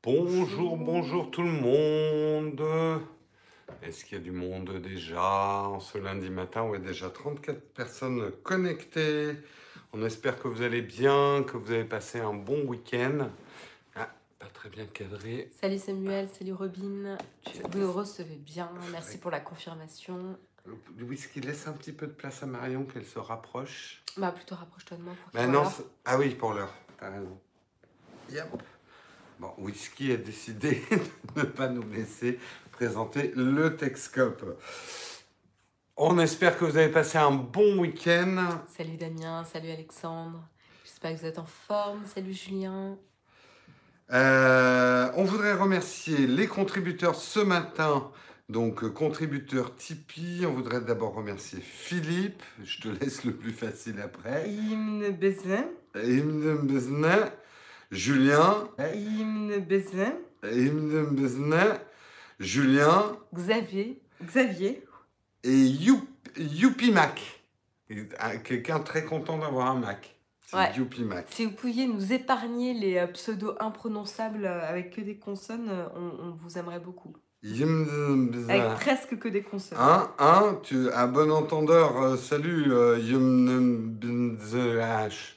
Bonjour, bonjour tout le monde. Est-ce qu'il y a du monde déjà en ce lundi matin? Oui, déjà 34 personnes connectées. On espère que vous allez bien, que vous avez passé un bon week-end. Ah, pas très bien cadré. Salut Samuel, salut Robin. Vous nous recevez bien, merci pour la confirmation. Le whisky laisse un petit peu de place à Marion, qu'elle se rapproche. Bah plutôt rapproche-toi de moi pour qu'il Ben voit non, l'heure. ah oui, pour l'heure, t'as raison. Yep. Bon, Whisky a décidé de ne pas nous laisser présenter le Texcope. On espère que vous avez passé un bon week-end. Salut Damien, salut Alexandre. J'espère que vous êtes en forme. Salut Julien. On voudrait remercier les contributeurs ce matin. Donc, contributeur Tipeee. On voudrait d'abord remercier Philippe. Je te laisse le plus facile après. Hymne Bézin. Hymne Bezna. Julien. Hymne Bézin. Hymne Bezna. Julien. Xavier. Et Youpi Mac. Quelqu'un très content d'avoir un Mac. C'est Ouais. Youpi Mac. Si vous pouviez nous épargner les pseudos imprononçables avec que des consonnes, on vous aimerait beaucoup. Avec presque que des consonnes. À bon entendeur, salut Yumnbzh.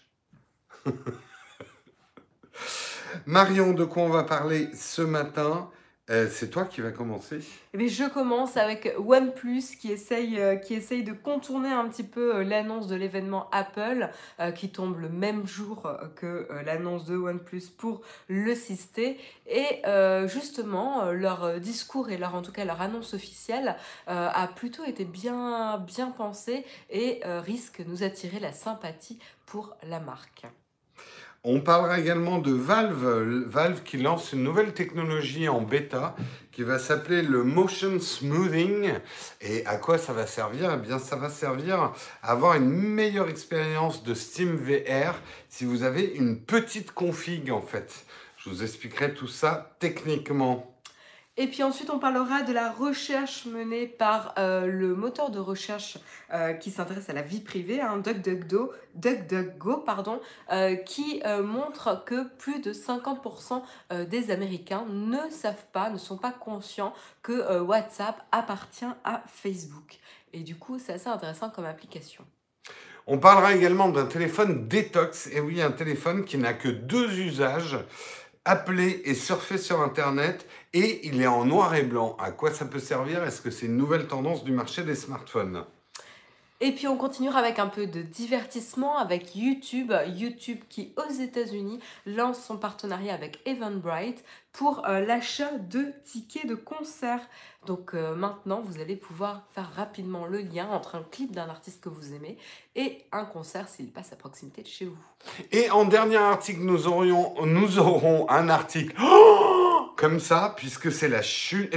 Marion, de quoi on va parler ce matin? C'est toi qui vas commencer. Eh bien, je commence avec OnePlus qui essaye de contourner un petit peu l'annonce de l'événement Apple qui tombe le même jour que l'annonce de OnePlus pour le 6T. Et justement, leur discours et en tout cas leur annonce officielle a plutôt été bien pensé et risque de nous attirer la sympathie pour la marque. On parlera également de Valve qui lance une nouvelle technologie en bêta qui va s'appeler le Motion Smoothing. Et à quoi ça va servir? Eh bien, ça va servir à avoir une meilleure expérience de SteamVR si vous avez une petite config en fait. Je vous expliquerai tout ça techniquement. Et puis ensuite, on parlera de la recherche menée par le moteur de recherche qui s'intéresse à la vie privée, hein, DuckDuckGo, qui montre que plus de 50% des Américains ne sont pas conscients que WhatsApp appartient à Facebook. Et du coup, c'est assez intéressant comme application. On parlera également d'un téléphone détox. Et oui, un téléphone qui n'a que 2 usages. Appeler et surfer sur Internet, et il est en noir et blanc. À quoi ça peut servir? Est-ce que c'est une nouvelle tendance du marché des smartphones? Et puis on continuera avec un peu de divertissement avec YouTube. YouTube qui aux États-Unis lance son partenariat avec Eventbrite pour l'achat de tickets de concert. Donc maintenant vous allez pouvoir faire rapidement le lien entre un clip d'un artiste que vous aimez et un concert s'il passe à proximité de chez vous. Et en dernier article, nous aurons un article comme ça, puisque c'est la Chine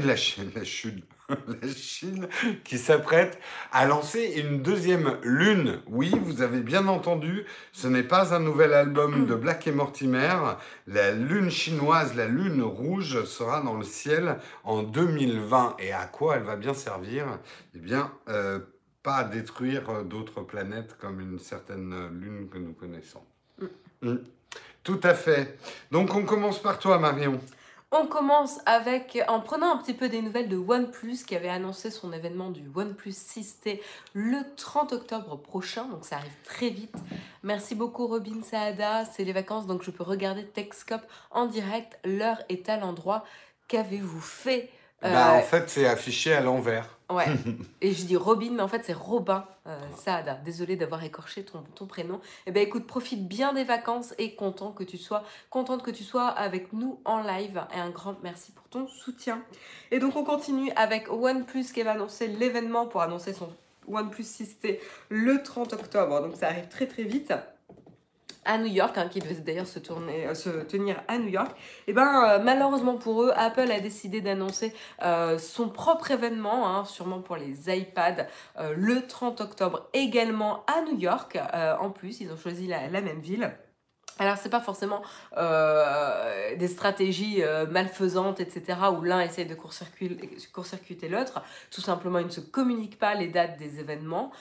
qui s'apprête à lancer une deuxième lune. Oui, vous avez bien entendu, ce n'est pas un nouvel album de Black et Mortimer. La lune chinoise, la lune rouge, sera dans le ciel en 2020. Et à quoi elle va bien servir? Eh bien, pas à détruire d'autres planètes comme une certaine lune que nous connaissons. Tout à fait. Donc on commence par toi, Marion. On commence en prenant un petit peu des nouvelles de OnePlus qui avait annoncé son événement du OnePlus 6T le 30 octobre prochain, donc ça arrive très vite. Merci beaucoup Robin Saada, c'est les vacances donc je peux regarder Texcope en direct, l'heure est à l'endroit. Qu'avez-vous fait? En fait, c'est affiché à l'envers. Ouais, et je dis Robin, mais en fait c'est Robin Saada. Désolée d'avoir écorché ton prénom. Eh bien écoute, profite bien des vacances et contente que tu sois avec nous en live. Et un grand merci pour ton soutien. Et donc on continue avec OnePlus qui va annoncer l'événement pour annoncer son OnePlus 6T le 30 octobre. Donc ça arrive très très vite. À New York, qui devait d'ailleurs se tenir à New York. Et malheureusement pour eux, Apple a décidé d'annoncer son propre événement, sûrement pour les iPads, le 30 octobre également à New York. En plus, ils ont choisi la même ville. Alors c'est pas forcément des stratégies malfaisantes, etc., où l'un essaye de court-circuiter l'autre. Tout simplement, ils ne se communiquent pas les dates des événements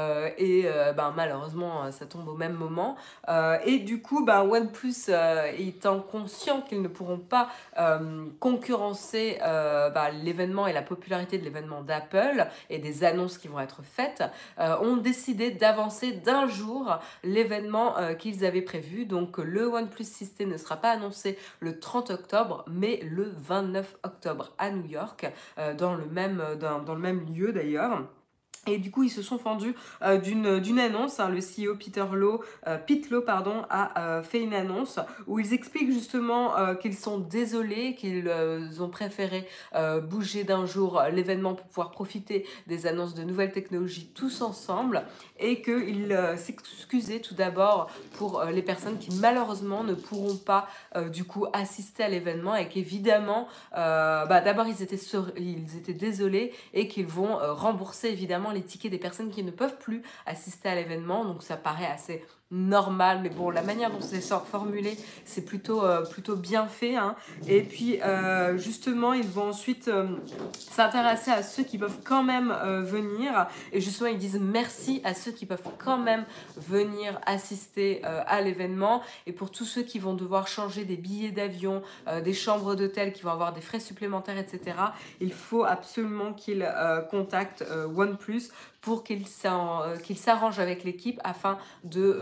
malheureusement, ça tombe au même moment. Et du coup, OnePlus étant conscient qu'ils ne pourront pas concurrencer l'événement et la popularité de l'événement d'Apple et des annonces qui vont être faites, ont décidé d'avancer d'un jour l'événement qu'ils avaient prévu. Donc le OnePlus 6T ne sera pas annoncé le 30 octobre, mais le 29 octobre à New York, dans le même lieu d'ailleurs. Et du coup, ils se sont fendus d'une annonce. Le CEO Pete Lowe, a fait une annonce où ils expliquent justement qu'ils sont désolés, qu'ils ont préféré bouger d'un jour l'événement pour pouvoir profiter des annonces de nouvelles technologies tous ensemble, et qu'ils s'excusaient tout d'abord pour les personnes qui malheureusement ne pourront pas du coup assister à l'événement, et qu'évidemment, d'abord ils étaient désolés, et qu'ils vont rembourser évidemment les tickets des personnes qui ne peuvent plus assister à l'événement. Donc ça paraît assez normal, mais bon, la manière dont c'est formulé, c'est plutôt bien fait, hein. Et puis justement, ils vont ensuite s'intéresser à ceux qui peuvent quand même venir, et justement ils disent merci à ceux qui peuvent quand même venir assister à l'événement, et pour tous ceux qui vont devoir changer des billets d'avion, des chambres d'hôtel, qui vont avoir des frais supplémentaires, etc., il faut absolument qu'ils contactent OnePlus pour qu'il s'arrange avec l'équipe afin de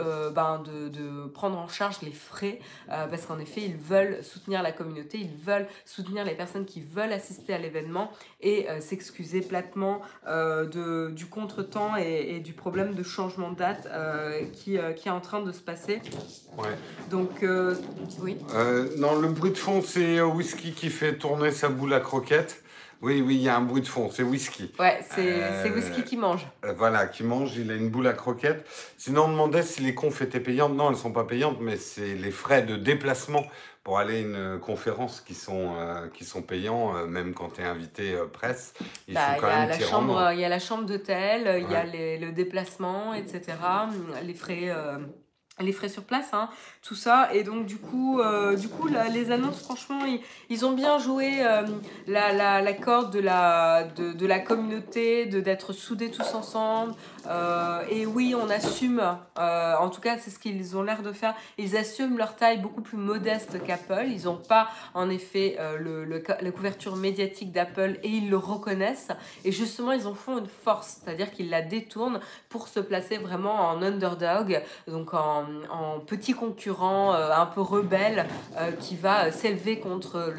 prendre en charge les frais, parce qu'en effet, ils veulent soutenir la communauté, ils veulent soutenir les personnes qui veulent assister à l'événement, et s'excuser platement du contretemps et du problème de changement de date qui est en train de se passer. Ouais. Donc, oui. Non, le bruit de fond, c'est Whisky qui fait tourner sa boule à croquettes. Oui, il y a un bruit de fond, c'est Whisky. Ouais, c'est Whisky qui mange. Voilà, qui mange, il a une boule à croquettes. Sinon, on demandait si les confs étaient payantes. Non, elles ne sont pas payantes, mais c'est les frais de déplacement pour aller à une conférence qui sont payants, même quand tu es invité presse. Il faut quand même t'y rendre. Il y a la chambre d'hôtel, il y a le déplacement, etc., les frais sur place, hein, tout ça. Et donc du coup les annonces, franchement, ils ont bien joué la corde de la communauté, d'être soudés tous ensemble. Et oui, on assume, en tout cas c'est ce qu'ils ont l'air de faire, ils assument leur taille beaucoup plus modeste qu'Apple. Ils n'ont pas en effet la couverture médiatique d'Apple, et ils le reconnaissent, et justement ils en font une force, c'est-à-dire qu'ils la détournent pour se placer vraiment en underdog, donc en petit concurrent un peu rebelle, qui va s'élever contre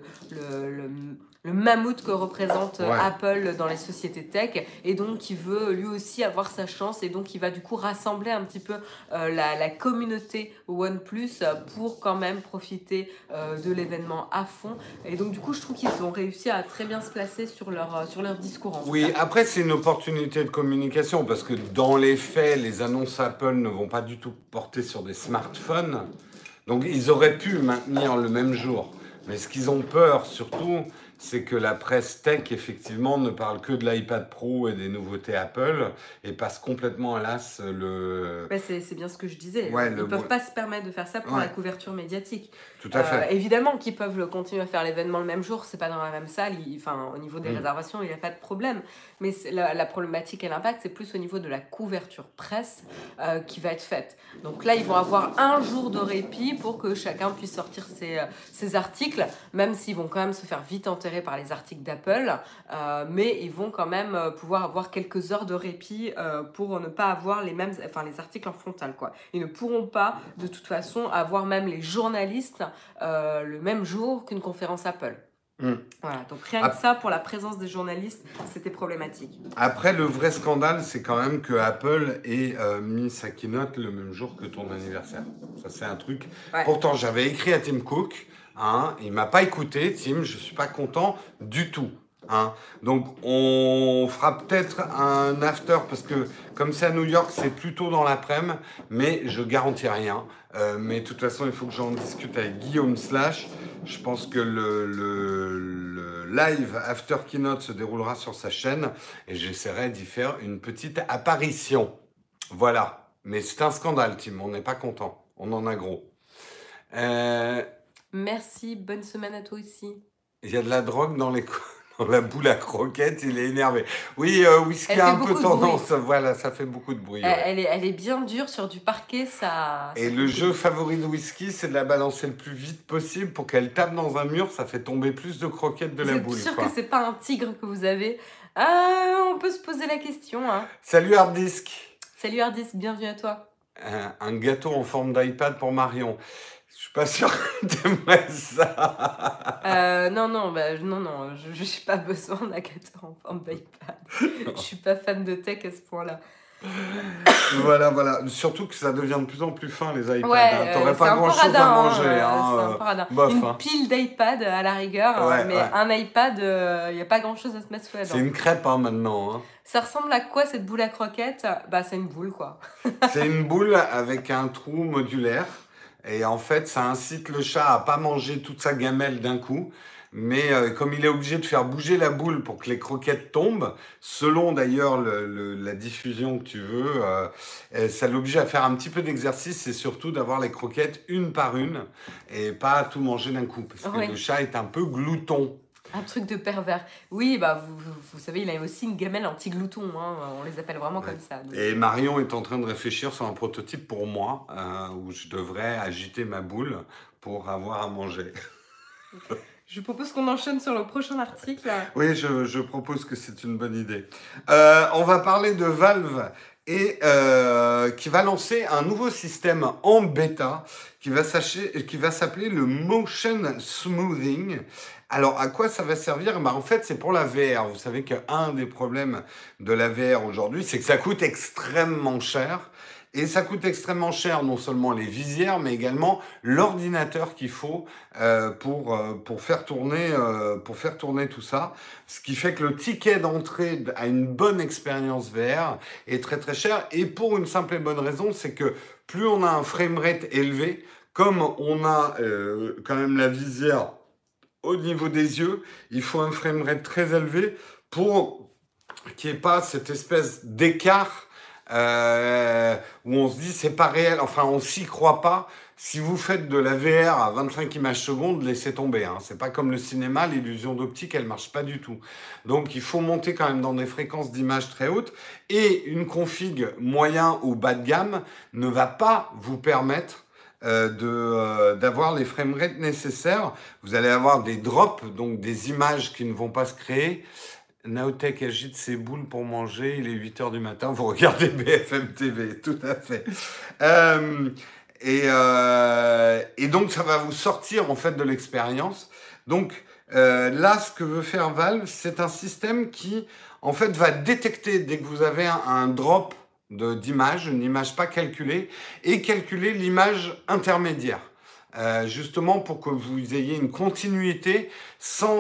le mammouth que représente Apple dans les sociétés tech, et donc qui veut lui aussi avoir sa chance, et donc il va du coup rassembler un petit peu la communauté OnePlus pour quand même profiter de l'événement à fond. Et donc du coup je trouve qu'ils ont réussi à très bien se placer sur leur discours. Oui, après c'est une opportunité de communication, parce que dans les faits, les annonces Apple ne vont pas du tout porter sur des smartphones, donc ils auraient pu maintenir le même jour. Mais ce qu'ils ont peur surtout, c'est que la presse tech, effectivement, ne parle que de l'iPad Pro et des nouveautés Apple, et passe complètement à l'as le... c'est bien ce que je disais. Ils ne peuvent pas se permettre de faire ça pour la couverture médiatique. Tout à fait. Évidemment qu'ils peuvent continuer à faire l'événement le même jour, c'est pas dans la même salle, au niveau des réservations, il n'y a pas de problème. Mais la problématique et l'impact, c'est plus au niveau de la couverture presse qui va être faite. Donc là, ils vont avoir un jour de répit pour que chacun puisse sortir ses articles, même s'ils vont quand même se faire vite enterrer par les articles d'Apple, mais ils vont quand même pouvoir avoir quelques heures de répit pour ne pas avoir les articles en frontal, quoi. Ils ne pourront pas, de toute façon, avoir même les journalistes le même jour qu'une conférence Apple. Voilà, donc rien que ça, pour la présence des journalistes, c'était problématique. Après, le vrai scandale, c'est quand même que Apple ait mis sa keynote le même jour que ton anniversaire. Ça, c'est un truc. Pourtant, j'avais écrit à Tim Cook, il m'a pas écouté, Tim, je suis pas content du tout. Donc on fera peut-être un after, parce que comme c'est à New York, c'est plutôt dans l'après-midi, mais je garantis rien. Mais de toute façon, il faut que j'en discute avec Guillaume Slash. Je pense que le live after keynote se déroulera sur sa chaîne, et j'essaierai d'y faire une petite apparition. Voilà. Mais c'est un scandale, Tim, on n'est pas content. On en a gros. Merci, bonne semaine à toi aussi. Il y a de la drogue dans dans la boule à croquettes, il est énervé. Oui, whisky Elle a fait un peu beaucoup de bruit. tendance, voilà, ça fait beaucoup de bruit, ouais. Elle est bien dure sur du parquet, Et ça fait le beaucoup de jeu bruit. favori de whisky, c'est de la balancer le plus vite possible pour qu'elle tape dans un mur, ça fait tomber plus de croquettes de Vous la êtes boule, sûr que quoi. c'est pas un tigre que vous avez? Ah, on peut se poser la question, hein. Salut Harddisk! Salut Hardis, bienvenue à toi. Un gâteau en forme d'iPad pour Marion. Je suis pas sûr que t'aimerais ça. Non, non, non, non, je n'ai pas besoin d'un gâteau en forme d'iPad. Je suis pas fan de tech à ce point-là. Voilà, voilà. Surtout que ça devient de plus en plus fin, les iPads, hein. Ouais, T'aurais c'est pas un peu grand-chose à radin, manger, c'est un hein. peu radin. Bof, Une hein. pile d'iPad à la rigueur, Ouais, mais ouais. un iPad, il n'y a pas grand-chose à se mettre sous la C'est dent. une crêpe, hein, maintenant, hein. Ça ressemble à quoi cette boule à croquettes? Bah, c'est une boule, quoi. C'est une boule avec un trou modulaire. Et en fait, ça incite le chat à pas manger toute sa gamelle d'un coup. Mais comme il est obligé de faire bouger la boule pour que les croquettes tombent, selon d'ailleurs la diffusion que tu veux, ça l'oblige à faire un petit peu d'exercice et surtout d'avoir les croquettes une par une et pas tout manger d'un coup. Parce que Oui, le chat est un peu glouton. un truc de pervers. Oui, bah, vous savez, il a aussi une gamelle anti-glouton, hein. On les appelle vraiment Ouais. comme ça. Donc. Et Marion est en train de réfléchir sur un prototype pour moi, où je devrais agiter ma boule pour avoir à manger. Je propose qu'on enchaîne sur le prochain article. Oui, je propose que c'est une bonne idée. On va parler de Valve et qui va lancer un nouveau système en bêta qui va s'appeler le Motion Smoothing. Alors, à quoi ça va servir? En fait, c'est pour la VR. Vous savez qu'un des problèmes de la VR aujourd'hui, c'est que ça coûte extrêmement cher. Et ça coûte extrêmement cher, non seulement les visières, mais également l'ordinateur qu'il faut pour faire tourner tout ça. Ce qui fait que le ticket d'entrée à une bonne expérience VR est très très cher. Et pour une simple et bonne raison, c'est que plus on a un framerate élevé, comme on a quand même la visière au niveau des yeux, il faut un framerate très élevé pour qu'il n'y ait pas cette espèce d'écart où on se dit c'est pas réel, enfin on s'y croit pas. Si vous faites de la VR à 25 images secondes, laissez tomber, hein. C'est pas comme le cinéma, l'illusion d'optique, elle marche pas du tout. Donc il faut monter quand même dans des fréquences d'image très hautes et une config moyen ou bas de gamme ne va pas vous permettre d'avoir les framerates nécessaires. Vous allez avoir des drops, donc des images qui ne vont pas se créer. Naotech agite ses boules pour manger, il est 8h du matin, vous regardez BFM TV, tout à fait. Et donc ça va vous sortir en fait de l'expérience. Donc là, ce que veut faire Valve, c'est un système qui en fait va détecter dès que vous avez un drop d'image, une image pas calculée, et calculer l'image intermédiaire. Justement pour que vous ayez une continuité sans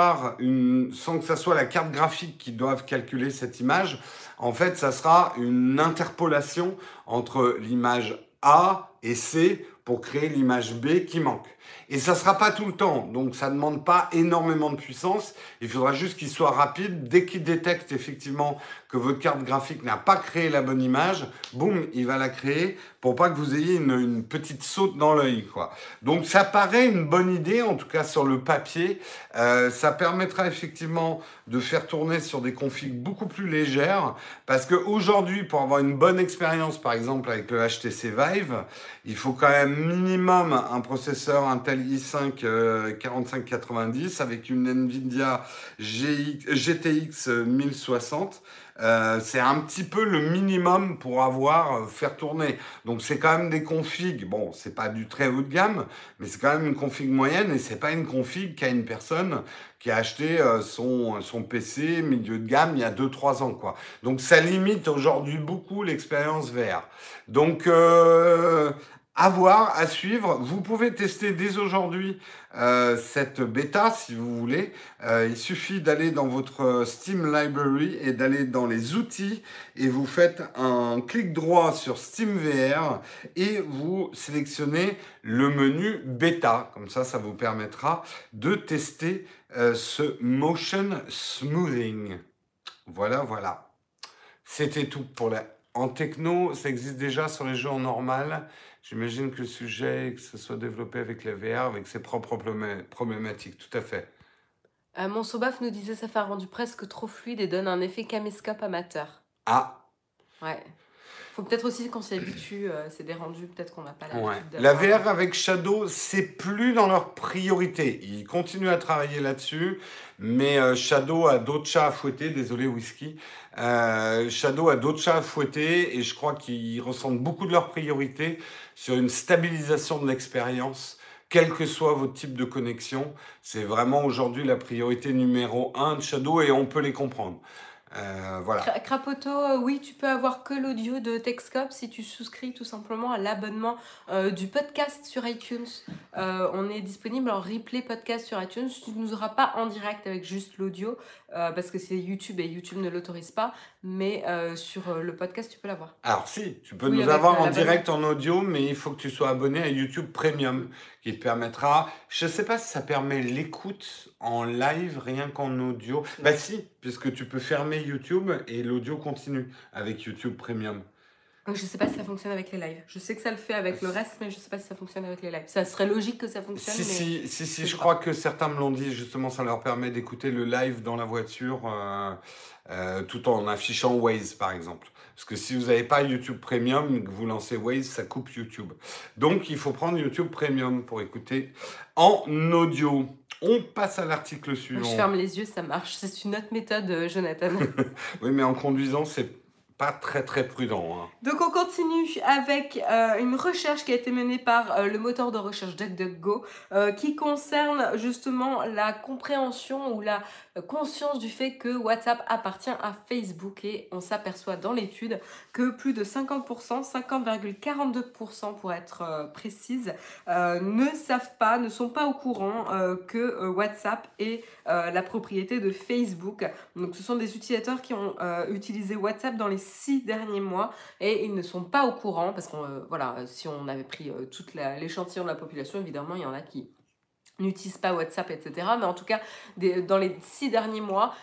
que ça soit la carte graphique qui doive calculer cette image. En fait, ça sera une interpolation entre l'image A et C pour créer l'image B qui manque. Et ça sera pas tout le temps, donc ça ne demande pas énormément de puissance. Il faudra juste qu'il soit rapide. Dès qu'il détecte effectivement que votre carte graphique n'a pas créé la bonne image, boum, il va la créer pour pas que vous ayez une petite saute dans l'œil, quoi. Donc ça paraît une bonne idée, en tout cas sur le papier. Ça permettra effectivement de faire tourner sur des configs beaucoup plus légères, parce qu'aujourd'hui, pour avoir une bonne expérience, par exemple avec le HTC Vive, il faut quand même minimum un processeur Intel i5 4590 avec une Nvidia GTX 1060. C'est un petit peu le minimum pour faire tourner. Donc c'est quand même des configs, bon, c'est pas du très haut de gamme, mais c'est quand même une config moyenne et c'est pas une config qu'a une personne qui a acheté son PC milieu de gamme il y a 2-3 ans, quoi. Donc ça limite aujourd'hui beaucoup l'expérience VR. Donc à voir, à suivre. Vous pouvez tester dès aujourd'hui cette bêta si vous voulez. Il suffit d'aller dans votre Steam Library et d'aller dans les outils et vous faites un clic droit sur Steam VR et vous sélectionnez le menu bêta. Comme ça vous permettra de tester ce motion smoothing. Voilà, voilà. C'était tout pour en techno, ça existe déjà sur les jeux en normal, J'imagine que le sujet, que ce soit développé avec la VR, avec ses propres problématiques, tout à fait. Mon Sobaf nous disait: «Ça fait un rendu presque trop fluide et donne un effet caméscope amateur». Ah, Ouais. Faut peut-être aussi qu'on s'y habitue, c'est des rendus peut-être qu'on n'a pas ouais. l'habitude La d'avoir. VR avec Shadow, c'est plus dans leur priorité. Ils continuent à travailler là-dessus, mais Shadow a d'autres chats à fouetter. Désolé, Whisky. Shadow a d'autres chats à fouetter et je crois qu'ils ressentent beaucoup de leur priorité sur une stabilisation de l'expérience, quel que soit votre type de connexion. C'est vraiment aujourd'hui la priorité numéro un de Shadow et on peut les comprendre. Voilà. Crapoto, oui, tu peux avoir que l'audio de Texcope si tu souscris tout simplement à l'abonnement du podcast sur iTunes. On est disponible en replay podcast sur iTunes. Tu ne nous auras pas en direct avec juste l'audio parce que c'est YouTube et YouTube ne l'autorise pas. Mais sur le podcast, tu peux l'avoir. Alors si, tu peux Oui, nous avec avoir en l'abonnement. direct en audio, mais il faut que tu sois abonné à YouTube Premium, qui te permettra, je ne sais pas si ça permet l'écoute en live rien qu'en audio. Bah si, puisque tu peux fermer YouTube et l'audio continue avec YouTube Premium. Je sais pas si ça fonctionne avec les lives. Je sais que ça le fait avec le reste, mais je sais pas si ça fonctionne avec les lives. Ça serait logique que ça fonctionne, Si, mais si, je je sais crois pas. que certains me l'ont dit, justement, ça leur permet d'écouter le live dans la voiture tout en affichant Waze, par exemple. Parce que si vous n'avez pas YouTube Premium et que vous lancez Waze, ça coupe YouTube. Donc, il faut prendre YouTube Premium pour écouter en audio. On passe à l'article Moi, je suivant. ferme les yeux, ça marche. C'est une autre méthode, Jonathan. Oui, mais en conduisant, c'est pas très très prudent, hein. Donc on continue avec une recherche qui a été menée par le moteur de recherche DuckDuckGo qui concerne justement la compréhension ou la conscience du fait que WhatsApp appartient à Facebook et on s'aperçoit dans l'étude que plus de 50%, 50,42% pour être précise, ne savent pas, ne sont pas au courant que WhatsApp est la propriété de Facebook. Donc ce sont des utilisateurs qui ont utilisé WhatsApp dans les 6 derniers mois et ils ne sont pas au courant parce que voilà, si on avait pris tout l'échantillon de la population, évidemment, il y en a qui n'utilisent pas WhatsApp, etc. Mais en tout cas, dans les 6 derniers mois,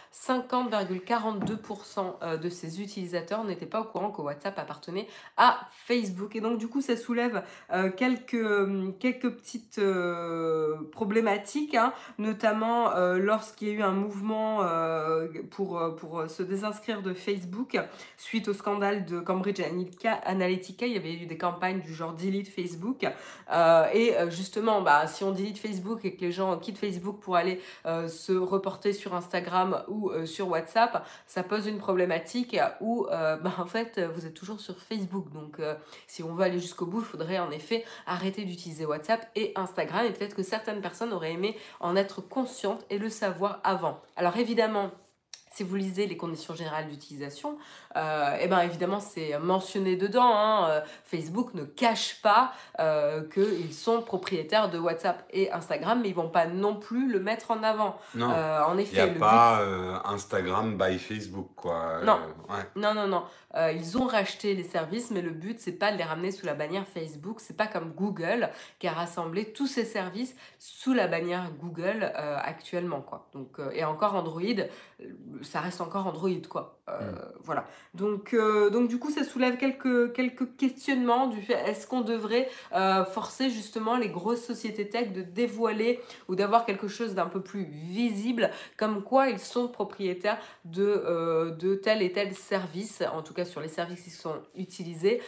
50,42% de ces utilisateurs n'étaient pas au courant que WhatsApp appartenait à Facebook. Et donc, du coup, ça soulève quelques petites problématiques, hein, notamment lorsqu'il y a eu un mouvement pour se désinscrire de Facebook suite au scandale de Cambridge Analytica. Il y avait eu des campagnes du genre Delete Facebook. Justement, si on delete Facebook et que les gens quittent Facebook pour aller se reporter sur Instagram ou sur WhatsApp, ça pose une problématique où en fait vous êtes toujours sur Facebook. Donc si on veut aller jusqu'au bout, il faudrait en effet arrêter d'utiliser WhatsApp et Instagram et peut-être que certaines personnes auraient aimé en être conscientes et le savoir avant. Alors évidemment, si vous lisez les conditions générales d'utilisation, évidemment c'est mentionné dedans, hein, Facebook ne cache pas qu'ils sont propriétaires de WhatsApp et Instagram, mais ils ne vont pas non plus le mettre en avant. Non, En il n'y effet, a le but... pas Instagram by Facebook, quoi. Non, Ouais. non. Ils ont racheté les services, mais le but, c'est pas de les ramener sous la bannière Facebook. C'est pas comme Google qui a rassemblé tous ses services sous la bannière Google actuellement, quoi. Donc, et encore Android, ça reste encore Android, quoi. Voilà. Donc, du coup, ça soulève quelques questionnements du fait est-ce qu'on devrait forcer justement les grosses sociétés tech de dévoiler ou d'avoir quelque chose d'un peu plus visible, comme quoi ils sont propriétaires de tel et tel service, en tout cas sur les services qui sont utilisés.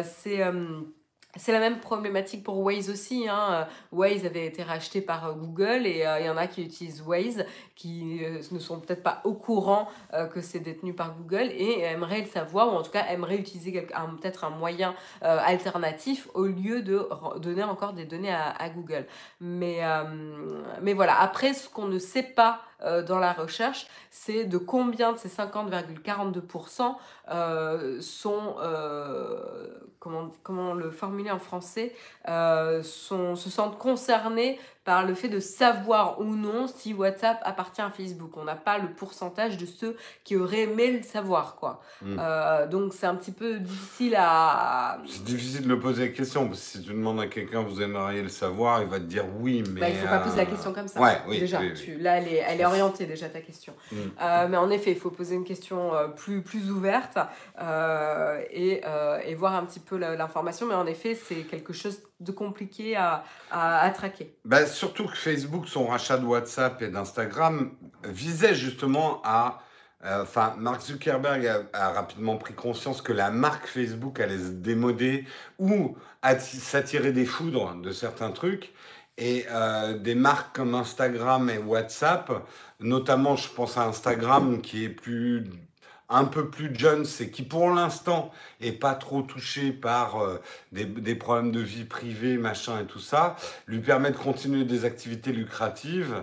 C'est la même problématique pour Waze aussi, hein. Waze avait été racheté par Google et il y en a qui utilisent Waze qui ne sont peut-être pas au courant que c'est détenu par Google et aimeraient le savoir ou en tout cas aimeraient utiliser peut-être un moyen alternatif au lieu de donner encore des données à Google. Mais voilà, après ce qu'on ne sait pas dans la recherche, c'est de combien de ces 50,42% sont, comment le formuler en français, se sentent concernés par le fait de savoir ou non si WhatsApp appartient à Facebook. On n'a pas le pourcentage de ceux qui auraient aimé le savoir, quoi. Hmm. Donc c'est un petit peu difficile à... C'est difficile de le poser la question, parce que si tu demandes à quelqu'un, vous aimeriez le savoir, il va te dire oui, mais... Bah, il ne faut pas poser la question comme ça. Ouais, oui, déjà, oui, oui. là, elle est orientée déjà ta question. Hmm. Mais en effet, il faut poser une question plus ouverte et voir un petit peu l'information. Mais en effet, c'est quelque chose de compliqué à traquer. Bah, surtout que Facebook, son rachat de WhatsApp et d'Instagram, visait justement à... Enfin, Mark Zuckerberg a rapidement pris conscience que la marque Facebook allait se démoder ou s'attirer des foudres de certains trucs. Et des marques comme Instagram et WhatsApp, notamment je pense à Instagram qui est un peu plus jeune, et qui pour l'instant est pas trop touché par des problèmes de vie privée, machin et tout ça, lui permet de continuer des activités lucratives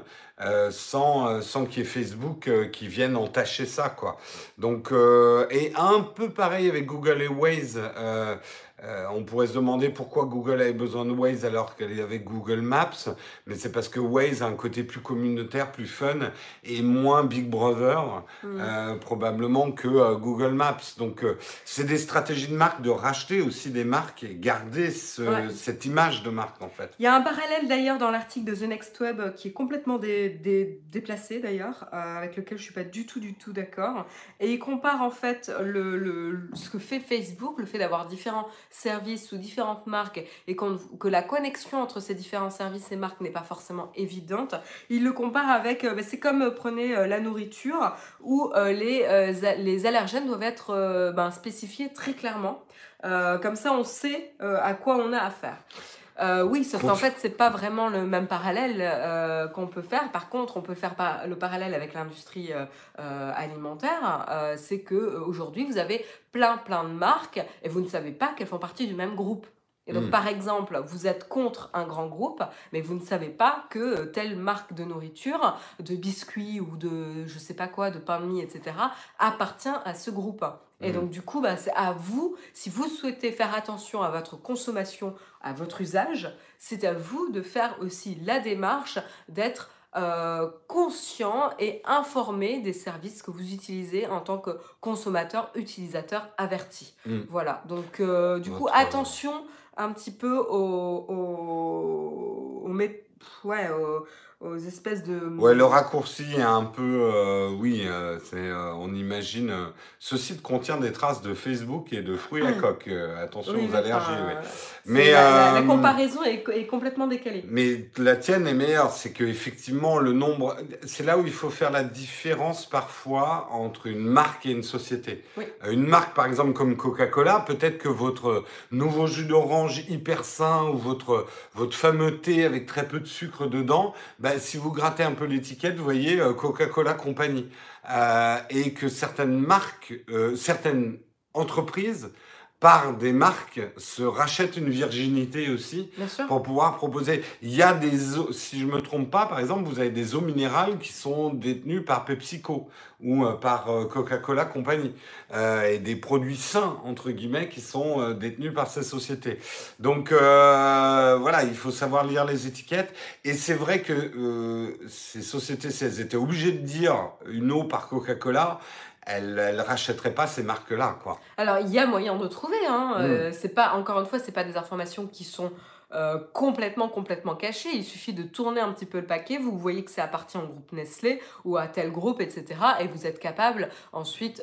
sans qu'il y ait Facebook qui vienne entacher ça, quoi. Donc, et un peu pareil avec Google et Waze. On pourrait se demander pourquoi Google avait besoin de Waze alors qu'elle est avec Google Maps, mais c'est parce que Waze a un côté plus communautaire, plus fun et moins Big Brother probablement que Google Maps. Donc c'est des stratégies de marque de racheter aussi des marques et garder cette image de marque en fait. Il y a un parallèle d'ailleurs dans l'article de The Next Web qui est complètement déplacé d'ailleurs, avec lequel je suis pas du tout d'accord. Et il compare en fait ce que fait Facebook, le fait d'avoir différents services ou différentes marques et que la connexion entre ces différents services et marques n'est pas forcément évidente. Il le compare avec, c'est comme prenez la nourriture où les allergènes doivent être spécifiés très clairement. Comme ça, on sait à quoi on a affaire. Oui, sauf qu'en fait, c'est pas vraiment le même parallèle qu'on peut faire. Par contre, on peut faire le parallèle avec l'industrie alimentaire. C'est que aujourd'hui, vous avez plein de marques et vous ne savez pas qu'elles font partie du même groupe. Et donc, par exemple, vous êtes contre un grand groupe, mais vous ne savez pas que telle marque de nourriture, de biscuits ou de je sais pas quoi, de pain de mie, etc., appartient à ce groupe. Et donc, du coup, c'est à vous, si vous souhaitez faire attention à votre consommation, à votre usage, c'est à vous de faire aussi la démarche d'être conscient et informé des services que vous utilisez en tant que consommateur, utilisateur averti. Voilà, donc du coup, attention un petit peu aux espèces de... Ouais, le raccourci est un peu... on imagine... ce site contient des traces de Facebook et de fruits à coque. Attention aux allergies. Mais la comparaison est complètement décalée. Mais la tienne est meilleure. C'est qu'effectivement, le nombre... C'est là où il faut faire la différence parfois entre une marque et une société. Oui. Une marque, par exemple, comme Coca-Cola, peut-être que votre nouveau jus d'orange hyper sain ou votre fameux thé avec très peu de sucre dedans, si vous grattez un peu l'étiquette, vous voyez Coca-Cola Company. Et que certaines marques, certaines entreprises, par des marques, se rachètent une virginité aussi pour pouvoir proposer. Il y a des eaux, si je me trompe pas, par exemple, vous avez des eaux minérales qui sont détenues par PepsiCo ou par Coca-Cola Company et des produits sains, entre guillemets, qui sont détenus par ces sociétés. Donc voilà, il faut savoir lire les étiquettes. Et c'est vrai que ces sociétés, si elles étaient obligées de dire une eau par Coca-Cola, elle rachèterait pas ces marques-là, quoi. Alors, il y a moyen de trouver, c'est pas, encore une fois, c'est pas des informations qui sont complètement cachées. Il suffit de tourner un petit peu le paquet, vous voyez que ça appartient au groupe Nestlé ou à tel groupe, etc. Et vous êtes capable ensuite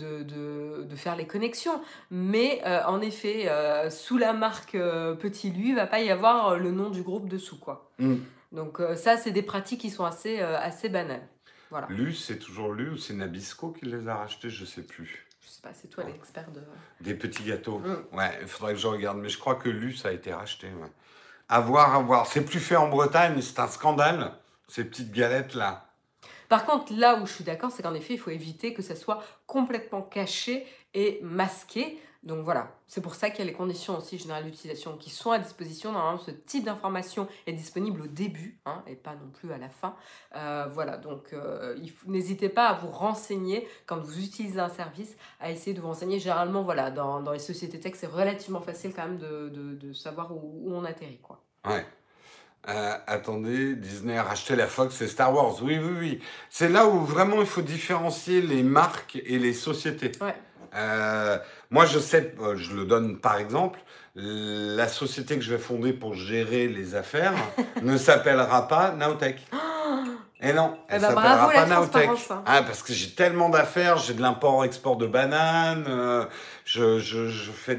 de faire les connexions. Mais en effet, sous la marque Petit Lui, il va pas y avoir le nom du groupe dessous, quoi. Donc ça, c'est des pratiques qui sont assez banales. Voilà. Lu, c'est toujours Lu ou c'est Nabisco qui les a rachetés, je sais plus. Je sais pas, c'est toi l'expert de... Des petits gâteaux. Ouais, il faudrait que je regarde, mais je crois que Lu, ça a été racheté. Ouais. À voir. C'est plus fait en Bretagne, c'est un scandale, ces petites galettes-là. Par contre, là où je suis d'accord, c'est qu'en effet, il faut éviter que ça soit complètement caché et masqué. Donc voilà, c'est pour ça qu'il y a les conditions aussi générales d'utilisation qui sont à disposition. Normalement, ce type d'information est disponible au début et pas non plus à la fin. Voilà, donc n'hésitez pas à vous renseigner quand vous utilisez un service, à essayer de vous renseigner. Généralement, voilà, dans les sociétés tech, c'est relativement facile quand même de savoir où on atterrit, quoi. Ouais. Attendez, Disney a racheté la Fox et Star Wars. Oui, oui, oui. C'est là où vraiment il faut différencier les marques et les sociétés. Ouais. Euh, Moi, je sais, je le donne par exemple, la société que je vais fonder pour gérer les affaires ne s'appellera pas Nowtech. Et non, Eh elle ben, bravo s'appellera la pas transparence, Nowtech. hein. Ah, parce que j'ai tellement d'affaires, j'ai de l'import-export de bananes, je fais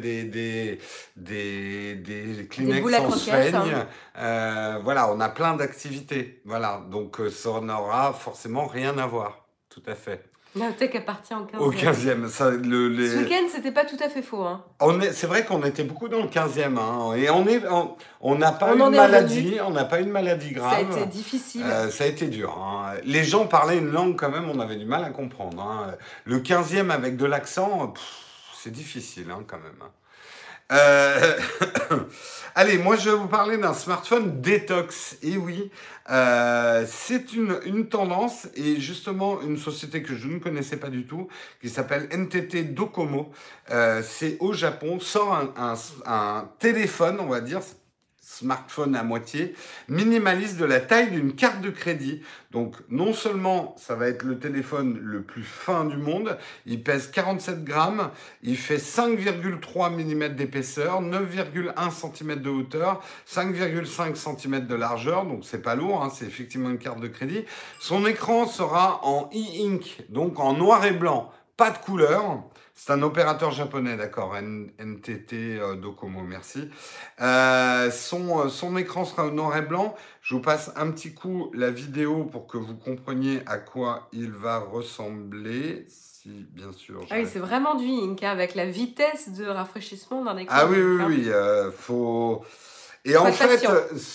des Des boules Kleenex à en croquettes, hein. sphaigne. Voilà, on a plein d'activités. Voilà, donc ça n'aura forcément rien à voir. Tout à fait. Nowtech appartient au Au 15e. 15e, ça, Ce week-end, c'était pas tout à fait faux, hein. c'est vrai qu'on était beaucoup dans le 15e, hein, et on n'a pas On eu de en est revenu. maladie, on n'a pas eu de maladie Ça a été grave. difficile. Ça a été dur, hein. Les gens parlaient une langue quand même, on avait du mal à comprendre, hein. Le 15e avec de l'accent, c'est difficile, hein, quand même, hein. Euh, Allez, moi je vais vous parler d'un smartphone détox. Et oui, c'est une tendance et justement une société que je ne connaissais pas du tout, qui s'appelle NTT Docomo. C'est au Japon, sort un téléphone, on va dire, smartphone à moitié, minimaliste de la taille d'une carte de crédit. Donc non seulement ça va être le téléphone le plus fin du monde, il pèse 47 grammes, il fait 5,3 mm d'épaisseur, 9,1 cm de hauteur, 5,5 cm de largeur, donc c'est pas lourd, hein, c'est effectivement une carte de crédit. Son écran sera en e-ink, donc en noir et blanc, pas de couleur. C'est un opérateur japonais, d'accord, NTT Docomo, merci. Son écran sera en noir et blanc. Je vous passe un petit coup la vidéo pour que vous compreniez à quoi il va ressembler. Si, bien sûr. Ah oui, c'est vraiment du ink, hein, avec la vitesse de rafraîchissement d'un écran Ah oui, ink, oui, hein. oui, faut... Et Faut en être fait, patient.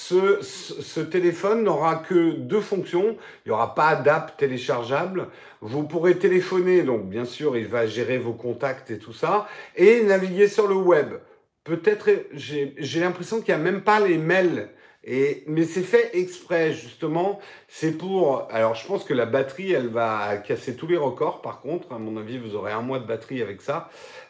ce téléphone n'aura que deux fonctions. Il n'y aura pas d'app téléchargeable. Vous pourrez téléphoner, donc bien sûr, il va gérer vos contacts et tout ça, et naviguer sur le web. Peut-être, j'ai l'impression qu'il n'y a même pas les mails. Mais c'est fait exprès, justement. C'est pour... Alors, je pense que la batterie, elle va casser tous les records, par contre. À mon avis, vous aurez un mois de batterie avec ça.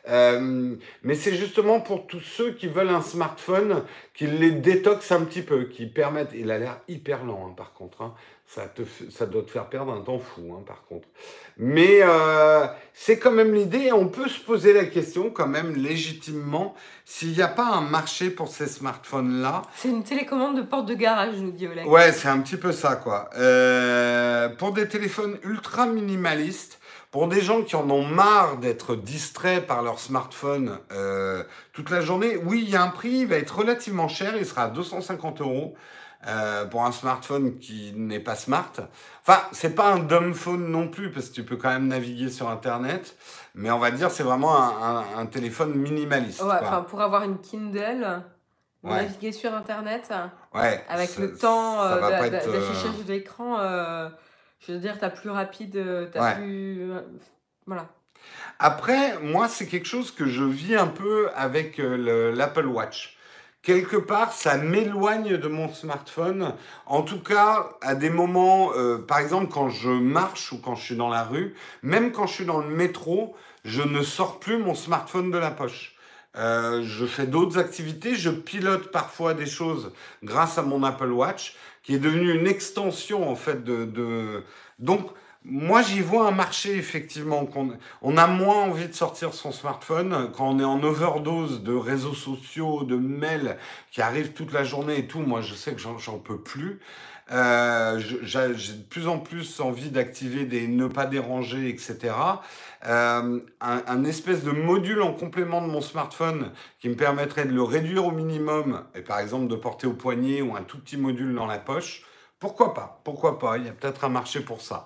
Mais c'est justement pour tous ceux qui veulent un smartphone qui les détoxe un petit peu, qui permettent... Il a l'air hyper lent, hein, par contre, hein. Ça doit te faire perdre un temps fou, hein, par contre. Mais c'est quand même l'idée. On peut se poser la question, quand même, légitimement, s'il n'y a pas un marché pour ces smartphones-là. C'est une télécommande de porte de garage, nous dit Oleg. Ouais, c'est un petit peu ça, quoi. Pour des téléphones ultra minimalistes, pour des gens qui en ont marre d'être distraits par leur smartphone toute la journée, oui, il y a un prix, il va être relativement cher, il sera à 250 euros pour un smartphone qui n'est pas smart. Enfin, c'est pas un dumb phone non plus, parce que tu peux quand même naviguer sur Internet, mais on va dire c'est vraiment un téléphone minimaliste, Ouais, quoi. enfin, pour avoir une Kindle, Ouais, naviguer sur Internet, ouais, avec le temps ça va pas être... d'affichage de l'écran, je veux dire, t'as plus rapide, t'as Ouais. plus... Voilà. Après, moi, c'est quelque chose que je vis un peu avec l'Apple Watch. Quelque part, ça m'éloigne de mon smartphone. En tout cas, à des moments, par exemple, quand je marche ou quand je suis dans la rue, même quand je suis dans le métro, je ne sors plus mon smartphone de la poche. Je fais d'autres activités, je pilote parfois des choses grâce à mon Apple Watch, qui est devenu une extension en fait Donc, moi, j'y vois un marché, effectivement. On a moins envie de sortir son smartphone quand on est en overdose de réseaux sociaux, de mails qui arrivent toute la journée et tout. Moi, je sais que j'en peux plus. J'ai de plus en plus envie d'activer des ne pas déranger, etc. Un espèce de module en complément de mon smartphone qui me permettrait de le réduire au minimum et par exemple de porter au poignet ou un tout petit module dans la poche. Pourquoi pas? Pourquoi pas? Il y a peut-être un marché pour ça.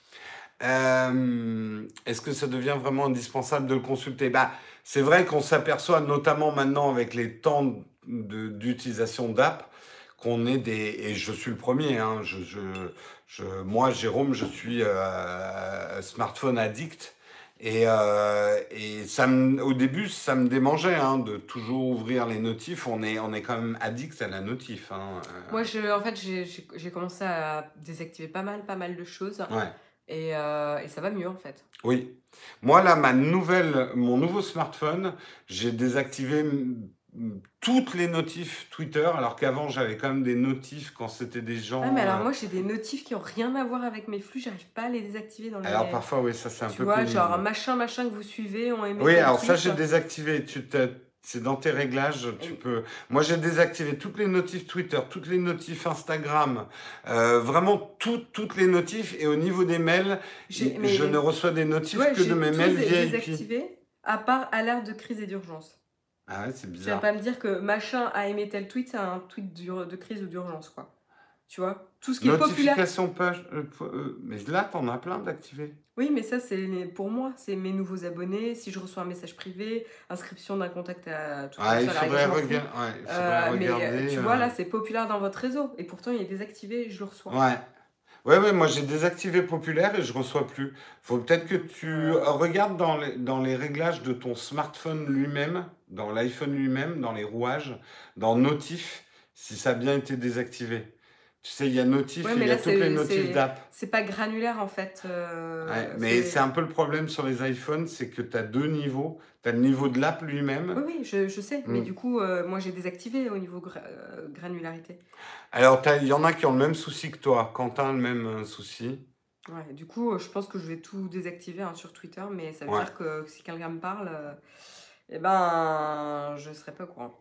Est-ce que ça devient vraiment indispensable de le consulter? Bah, c'est vrai qu'on s'aperçoit notamment maintenant avec les temps d'utilisation d'app qu'on est des... Et je suis le premier, hein, moi, Jérôme, je suis smartphone addict. Et au début, ça me démangeait hein, de toujours ouvrir les notifs. On est quand même addict à la notif, hein. Moi, en fait, j'ai commencé à désactiver pas mal de choses. Ouais. Et ça va mieux, en fait. Oui. Moi, là, mon nouveau smartphone, j'ai désactivé toutes les notifs Twitter, alors qu'avant j'avais quand même des notifs quand c'était des Ah, mais gens. alors moi j'ai des notifs qui ont rien à voir avec mes flux, j'arrive pas à les désactiver dans Alors les... parfois, oui, ça c'est un Tu peu vois, pénible. genre machin, machin que vous suivez, ont aimé Oui, tel alors ça tweet. j'ai désactivé. C'est dans tes réglages, tu Et- peux. Moi j'ai désactivé toutes les notifs Twitter, toutes les notifs Instagram, vraiment toutes les notifs. Et au niveau des mails, je ne Mais reçois des tu notifs vois, que de j'ai mes tous mails VIP. désactivés, à part alerte de crise et d'urgence. Ah ouais, c'est Tu viens bizarre. pas me dire que machin a aimé tel tweet, c'est un tweet de crise ou d'urgence, quoi. Tu vois, tout ce qui est populaire. Notification page. Mais là, t'en as plein d'activés. Oui, mais ça, c'est pour moi, c'est mes nouveaux abonnés, si je reçois un message privé, inscription d'un contact à tout Ah, il ça, là, faudrait, je m'en fous. ouais, il faudrait Mais regarder. tu vois, là, c'est populaire dans votre réseau, et pourtant, il est désactivé, je le reçois. Ouais. Ouais, moi j'ai désactivé populaire et je reçois plus. Faut peut-être que tu regardes dans les réglages de ton smartphone lui-même, dans l'iPhone lui-même, dans les rouages, dans notif, si ça a bien été désactivé. Tu sais, il y a Ouais, notif et il mais y a là, toutes les notifs d'app. c'est pas granulaire, en fait. Ouais, mais c'est un peu le problème sur les iPhones, c'est que tu as deux niveaux. Tu as le niveau de l'app lui-même. Oui, oui, je sais, mais Mm. du coup, moi, j'ai désactivé au niveau granularité. Alors, il y en a qui ont le même souci que toi. Quentin a le même souci. Ouais, du coup, je pense que je vais tout désactiver hein, sur Twitter, mais ça veut Ouais. dire que si quelqu'un me parle, eh ben, je serai pas au courant.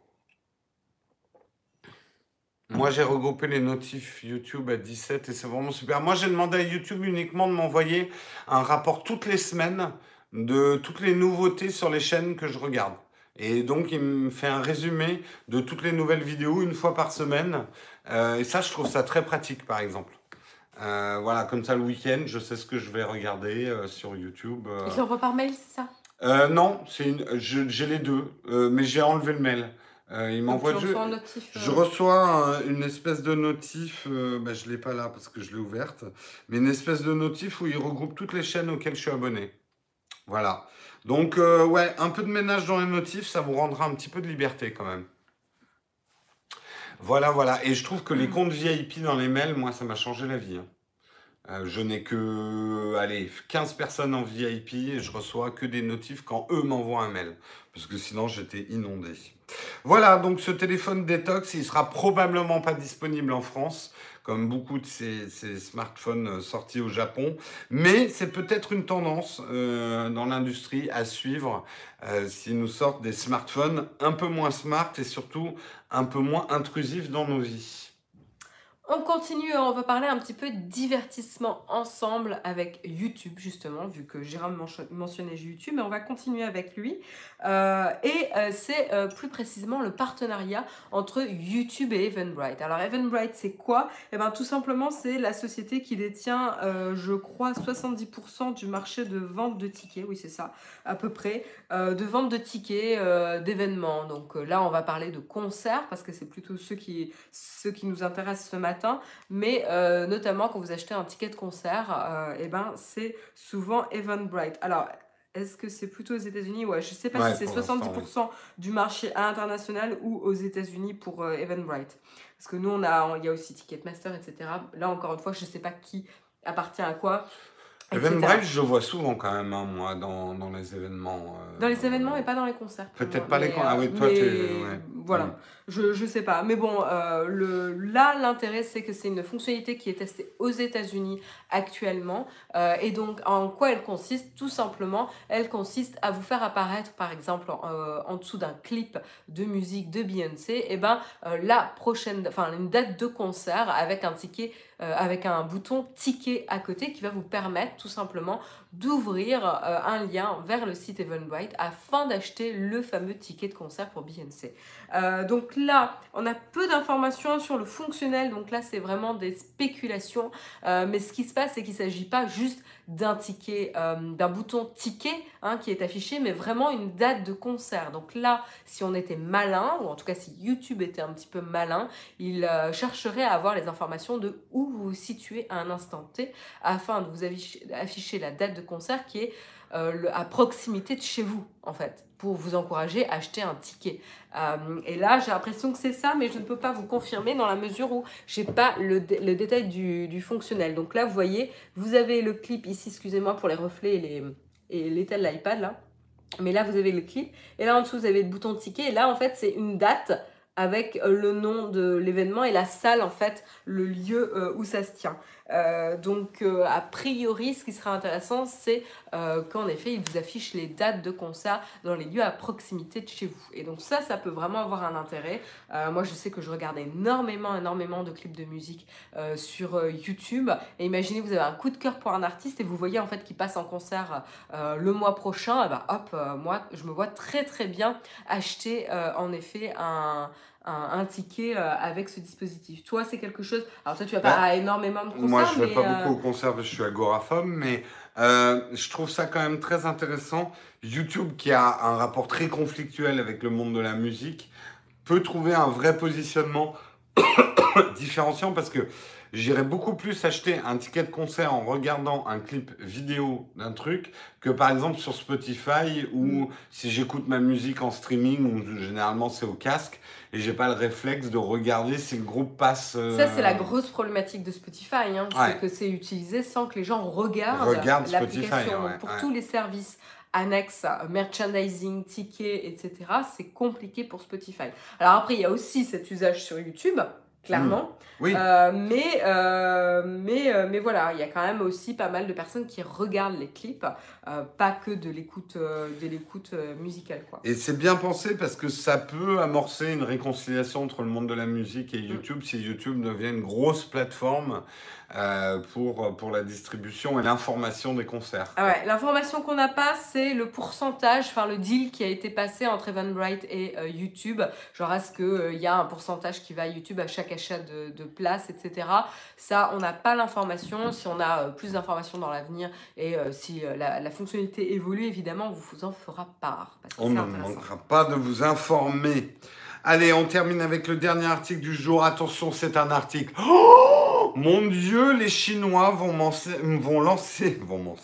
Moi, j'ai regroupé les notifs YouTube à 17 et c'est vraiment super. Moi, j'ai demandé à YouTube uniquement de m'envoyer un rapport toutes les semaines de toutes les nouveautés sur les chaînes que je regarde. Et donc, il me fait un résumé de toutes les nouvelles vidéos une fois par semaine. Et ça, je trouve ça très pratique, par exemple. Voilà, comme ça, le week-end, je sais ce que je vais regarder sur YouTube. Il te l'envoie par mail, c'est ça? Non, j'ai les deux, mais j'ai enlevé le mail. Il Donc tu m'envoie le reçois en notif. je reçois une espèce de notif, bah, je l'ai pas là parce que je l'ai ouverte, mais une espèce de notif où il regroupe toutes les chaînes auxquelles je suis abonné. Voilà. Donc ouais, un peu de ménage dans les notifs, ça vous rendra un petit peu de liberté quand même. Voilà, voilà. Et je trouve que les comptes VIP dans les mails, moi, ça m'a changé la vie, hein. Je n'ai que, allez, 15 personnes en VIP et je reçois que des notifs quand eux m'envoient un mail. Parce que sinon, j'étais inondé. Voilà, donc ce téléphone détox, il sera probablement pas disponible en France, comme beaucoup de ces smartphones sortis au Japon. Mais c'est peut-être une tendance dans l'industrie à suivre s'ils nous sortent des smartphones un peu moins smart et surtout un peu moins intrusifs dans nos vies. On continue, on va parler un petit peu de divertissement ensemble avec YouTube, justement, vu que Jérôme mentionnait YouTube, mais on va continuer avec lui. C'est plus précisément le partenariat entre YouTube et Eventbrite. Alors, Eventbrite, c'est quoi? Eh bien, tout simplement, c'est la société qui détient, je crois, 70% du marché de vente de tickets, oui, c'est ça, à peu près, de vente de tickets d'événements. Donc là, on va parler de concerts, parce que c'est plutôt ceux qui nous intéressent ce matin. Mais notamment quand vous achetez un ticket de concert, eh ben, c'est souvent Eventbrite. Alors, est-ce que c'est plutôt aux États-Unis? Ouais, je ne sais pas Ouais, si c'est pour l'instant, oui. 70% du marché international ou aux États-Unis pour Eventbrite. Parce que nous, il y a aussi Ticketmaster, etc. Là, encore une fois, je ne sais pas qui appartient à quoi, etc. Eventbrite, je le vois souvent quand même, hein, moi, dans les événements. Dans les événements et pas dans les concerts. Peut-être moi. pas les Mais, concerts. Ah oui, toi, mais ouais. voilà, je sais pas. Mais bon, là, l'intérêt, c'est que c'est une fonctionnalité qui est testée aux États-Unis actuellement. Et donc, en quoi elle consiste? Tout simplement, elle consiste à vous faire apparaître, par exemple, en dessous d'un clip de musique de Beyoncé, et ben, une date de concert avec un ticket, avec un bouton ticket à côté qui va vous permettre tout simplement d'ouvrir un lien vers le site Eventbrite afin d'acheter le fameux ticket de concert pour Beyoncé. Donc là, on a peu d'informations sur le fonctionnel, donc là c'est vraiment des spéculations, mais ce qui se passe c'est qu'il ne s'agit pas juste d'un ticket, d'un bouton ticket qui est affiché, mais vraiment une date de concert. Donc là, si on était malin, ou en tout cas si YouTube était un petit peu malin, il chercherait à avoir les informations de où vous vous situez à un instant T afin de vous afficher la date de concert qui est à proximité de chez vous, en fait, pour vous encourager à acheter un ticket. Et là, j'ai l'impression que c'est ça, mais je ne peux pas vous confirmer dans la mesure où j'ai pas le détail du fonctionnel. Donc là, vous voyez, vous avez le clip ici, excusez-moi pour les reflets et l'état de l'iPad, là. Mais là, vous avez le clip. Et là, en dessous, vous avez le bouton ticket. Et là, en fait, c'est une date avec le nom de l'événement et la salle, en fait, le lieu où ça se tient. Donc, a priori, ce qui sera intéressant, c'est qu'en effet, ils vous affichent les dates de concert dans les lieux à proximité de chez vous. Et donc ça peut vraiment avoir un intérêt. Moi, je sais que je regarde énormément de clips de musique sur YouTube. Et imaginez, vous avez un coup de cœur pour un artiste et vous voyez en fait qu'il passe en concert le mois prochain. Et ben hop, moi, je me vois très bien acheter en effet un ticket avec ce dispositif. Toi, c'est quelque chose... Alors toi, tu vas pas à énormément de concerts, moi, je vais mais, pas beaucoup au concert parce que je suis agoraphobe, mais je trouve ça quand même très intéressant. YouTube, qui a un rapport très conflictuel avec le monde de la musique, peut trouver un vrai positionnement différenciant parce que j'irais beaucoup plus acheter un ticket de concert en regardant un clip vidéo d'un truc que par exemple sur Spotify ou si j'écoute ma musique en streaming ou généralement c'est au casque et j'ai pas le réflexe de regarder si le groupe passe. Ça, c'est la grosse problématique de Spotify, hein, Ouais. c'est que c'est utilisé sans que les gens regardent Spotify, l'application. ouais, Donc, pour ouais. tous les services annexes, merchandising, tickets, etc., c'est compliqué pour Spotify. Alors après, il y a aussi cet usage sur YouTube, clairement. Oui. Mais voilà, il y a quand même aussi pas mal de personnes qui regardent les clips, pas que de l'écoute musicale, quoi. Et c'est bien pensé parce que ça peut amorcer une réconciliation entre le monde de la musique et YouTube si YouTube devient une grosse plateforme pour la distribution et l'information des concerts. Ah ouais, l'information qu'on n'a pas, c'est le pourcentage, enfin le deal qui a été passé entre Eventbrite et YouTube. Genre, est-ce qu'il y a un pourcentage qui va à YouTube à chaque achat de place, etc. Ça, on n'a pas l'information. Si on a plus d'informations dans l'avenir et si la fonctionnalité évolue, évidemment, on vous en fera part. Parce que On c'est ne intéressant. manquera pas de vous informer. Allez, on termine avec le dernier article du jour. Attention, c'est un article. Oh mon Dieu, les Chinois vont lancer,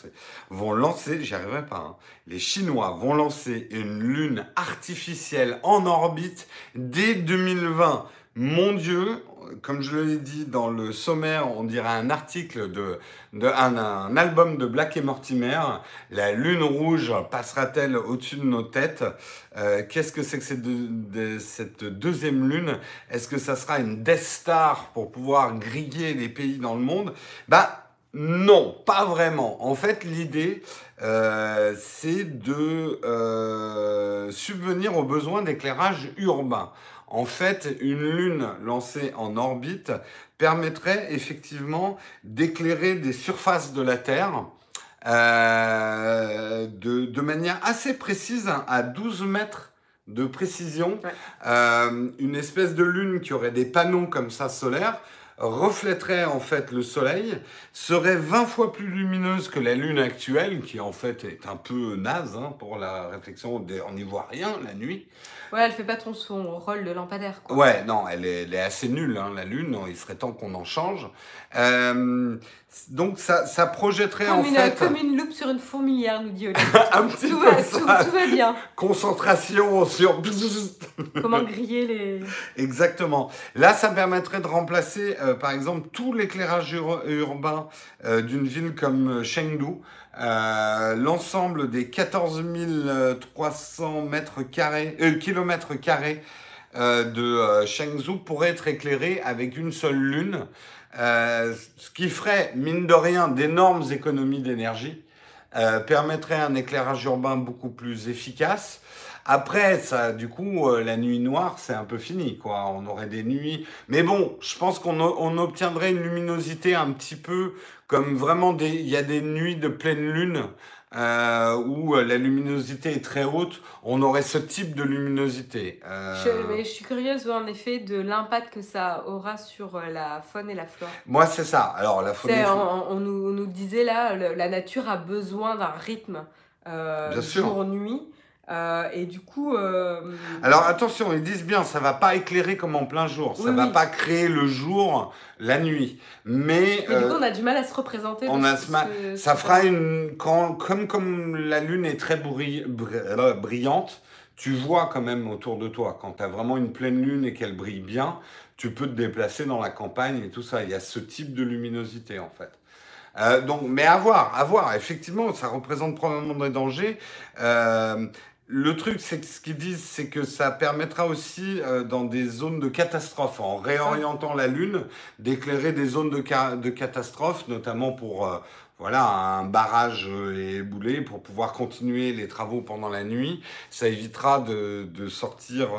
j'y arriverai pas. Hein. Les Chinois vont lancer une lune artificielle en orbite dès 2020. Mon Dieu, comme je l'ai dit dans le sommaire, on dirait un article un album de Black et Mortimer. La lune rouge passera-t-elle au-dessus de nos têtes? Qu'est-ce que c'est que cette deuxième lune? Est-ce que ça sera une Death Star pour pouvoir griller les pays dans le monde? Bah non, pas vraiment. En fait, l'idée, c'est de subvenir aux besoins d'éclairage urbain. En fait, une lune lancée en orbite permettrait effectivement d'éclairer des surfaces de la Terre de manière assez précise, hein, à 12 mètres de précision. Ouais. Une espèce de lune qui aurait des panneaux comme ça solaires reflèterait en fait le soleil, serait 20 fois plus lumineuse que la lune actuelle, qui en fait est un peu naze hein, pour la réflexion, on n'y voit rien la nuit. Ouais, elle fait pas son rôle de lampadaire, quoi. Ouais, non, elle est assez nulle, hein, la lune, il serait temps qu'on en change. Donc ça projetterait comme une loupe sur une fourmilière, nous dit Olivier. Un petit peu ça. Tout va bien. Concentration sur... Comment griller les... Exactement. Là, ça permettrait de remplacer, par exemple, tout l'éclairage urbain d'une ville comme Chengdu. L'ensemble des 14 300 kilomètres carrés de Chengdu pourrait être éclairé avec une seule lune, ce qui ferait, mine de rien, d'énormes économies d'énergie, permettrait un éclairage urbain beaucoup plus efficace. Après, ça, du coup, la nuit noire, c'est un peu fini, quoi. On aurait des nuits... Mais bon, je pense qu'on obtiendrait une luminosité un petit peu comme vraiment il y a des nuits de pleine lune où la luminosité est très haute. On aurait ce type de luminosité. Mais je suis curieuse, en effet, de l'impact que ça aura sur la faune et la flore. Moi, c'est ça. Alors, la faune et la flore... On nous disait, là, la nature a besoin d'un rythme jour-nuit. Et du coup... Alors attention, ils disent bien, ça va pas éclairer comme en plein jour, ça va pas créer le jour, la nuit. Mais du coup, on a du mal à se représenter. Ça fera comme la lune est très brillante, tu vois quand même autour de toi. Quand tu as vraiment une pleine lune et qu'elle brille bien, tu peux te déplacer dans la campagne et tout ça. Il y a ce type de luminosité en fait. Donc, mais à voir, à voir. Effectivement, ça représente probablement des dangers. Euh, le truc, c'est que ce qu'ils disent, c'est que ça permettra aussi, dans des zones de catastrophe, en Ah, réorientant la Lune, d'éclairer des zones de catastrophe, notamment pour, voilà, un barrage éboulé, pour pouvoir continuer les travaux pendant la nuit. Ça évitera de sortir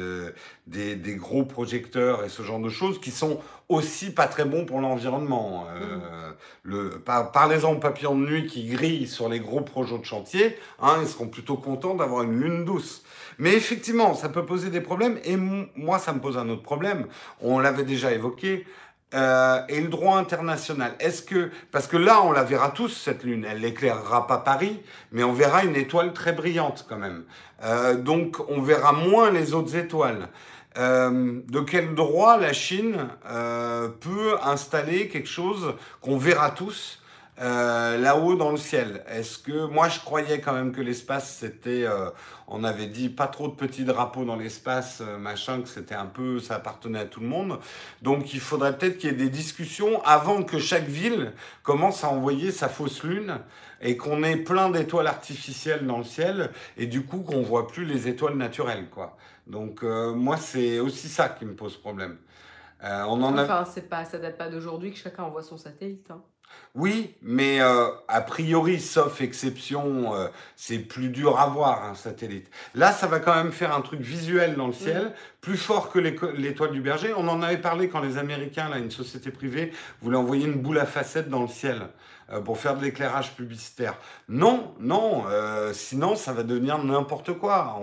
des gros projecteurs et ce genre de choses qui sont aussi pas très bons pour l'environnement. hmm. Parlez-en aux papillons de nuit qui grillent sur les gros projets de chantier, hein, ils seront plutôt contents d'avoir une lune douce. Mais effectivement, ça peut poser des problèmes, et moi, ça me pose un autre problème. On l'avait déjà évoqué. Et le droit international, est-ce que... Parce que là, on la verra tous, cette lune. Elle n'éclairera pas Paris, mais on verra une étoile très brillante quand même. Donc, on verra moins les autres étoiles. De quel droit la Chine peut installer quelque chose qu'on verra tous là-haut dans le ciel? Est-ce que moi je croyais quand même que l'espace c'était, on avait dit pas trop de petits drapeaux dans l'espace, machin, que c'était un peu, ça appartenait à tout le monde. Donc il faudrait peut-être qu'il y ait des discussions avant que chaque ville commence à envoyer sa fausse lune et qu'on ait plein d'étoiles artificielles dans le ciel et du coup qu'on voit plus les étoiles naturelles, quoi. Donc moi, c'est aussi ça qui me pose problème. On en a... Enfin, c'est pas, ça date pas d'aujourd'hui que chacun envoie son satellite, hein. Oui, mais a priori, sauf exception, c'est plus dur à voir un satellite. Là, ça va quand même faire un truc visuel dans le Mm. ciel, plus fort que l'étoile du berger. On en avait parlé quand les Américains, là, une société privée, voulaient envoyer une boule à facettes dans le ciel pour faire de l'éclairage publicitaire. Non, non, sinon ça va devenir n'importe quoi.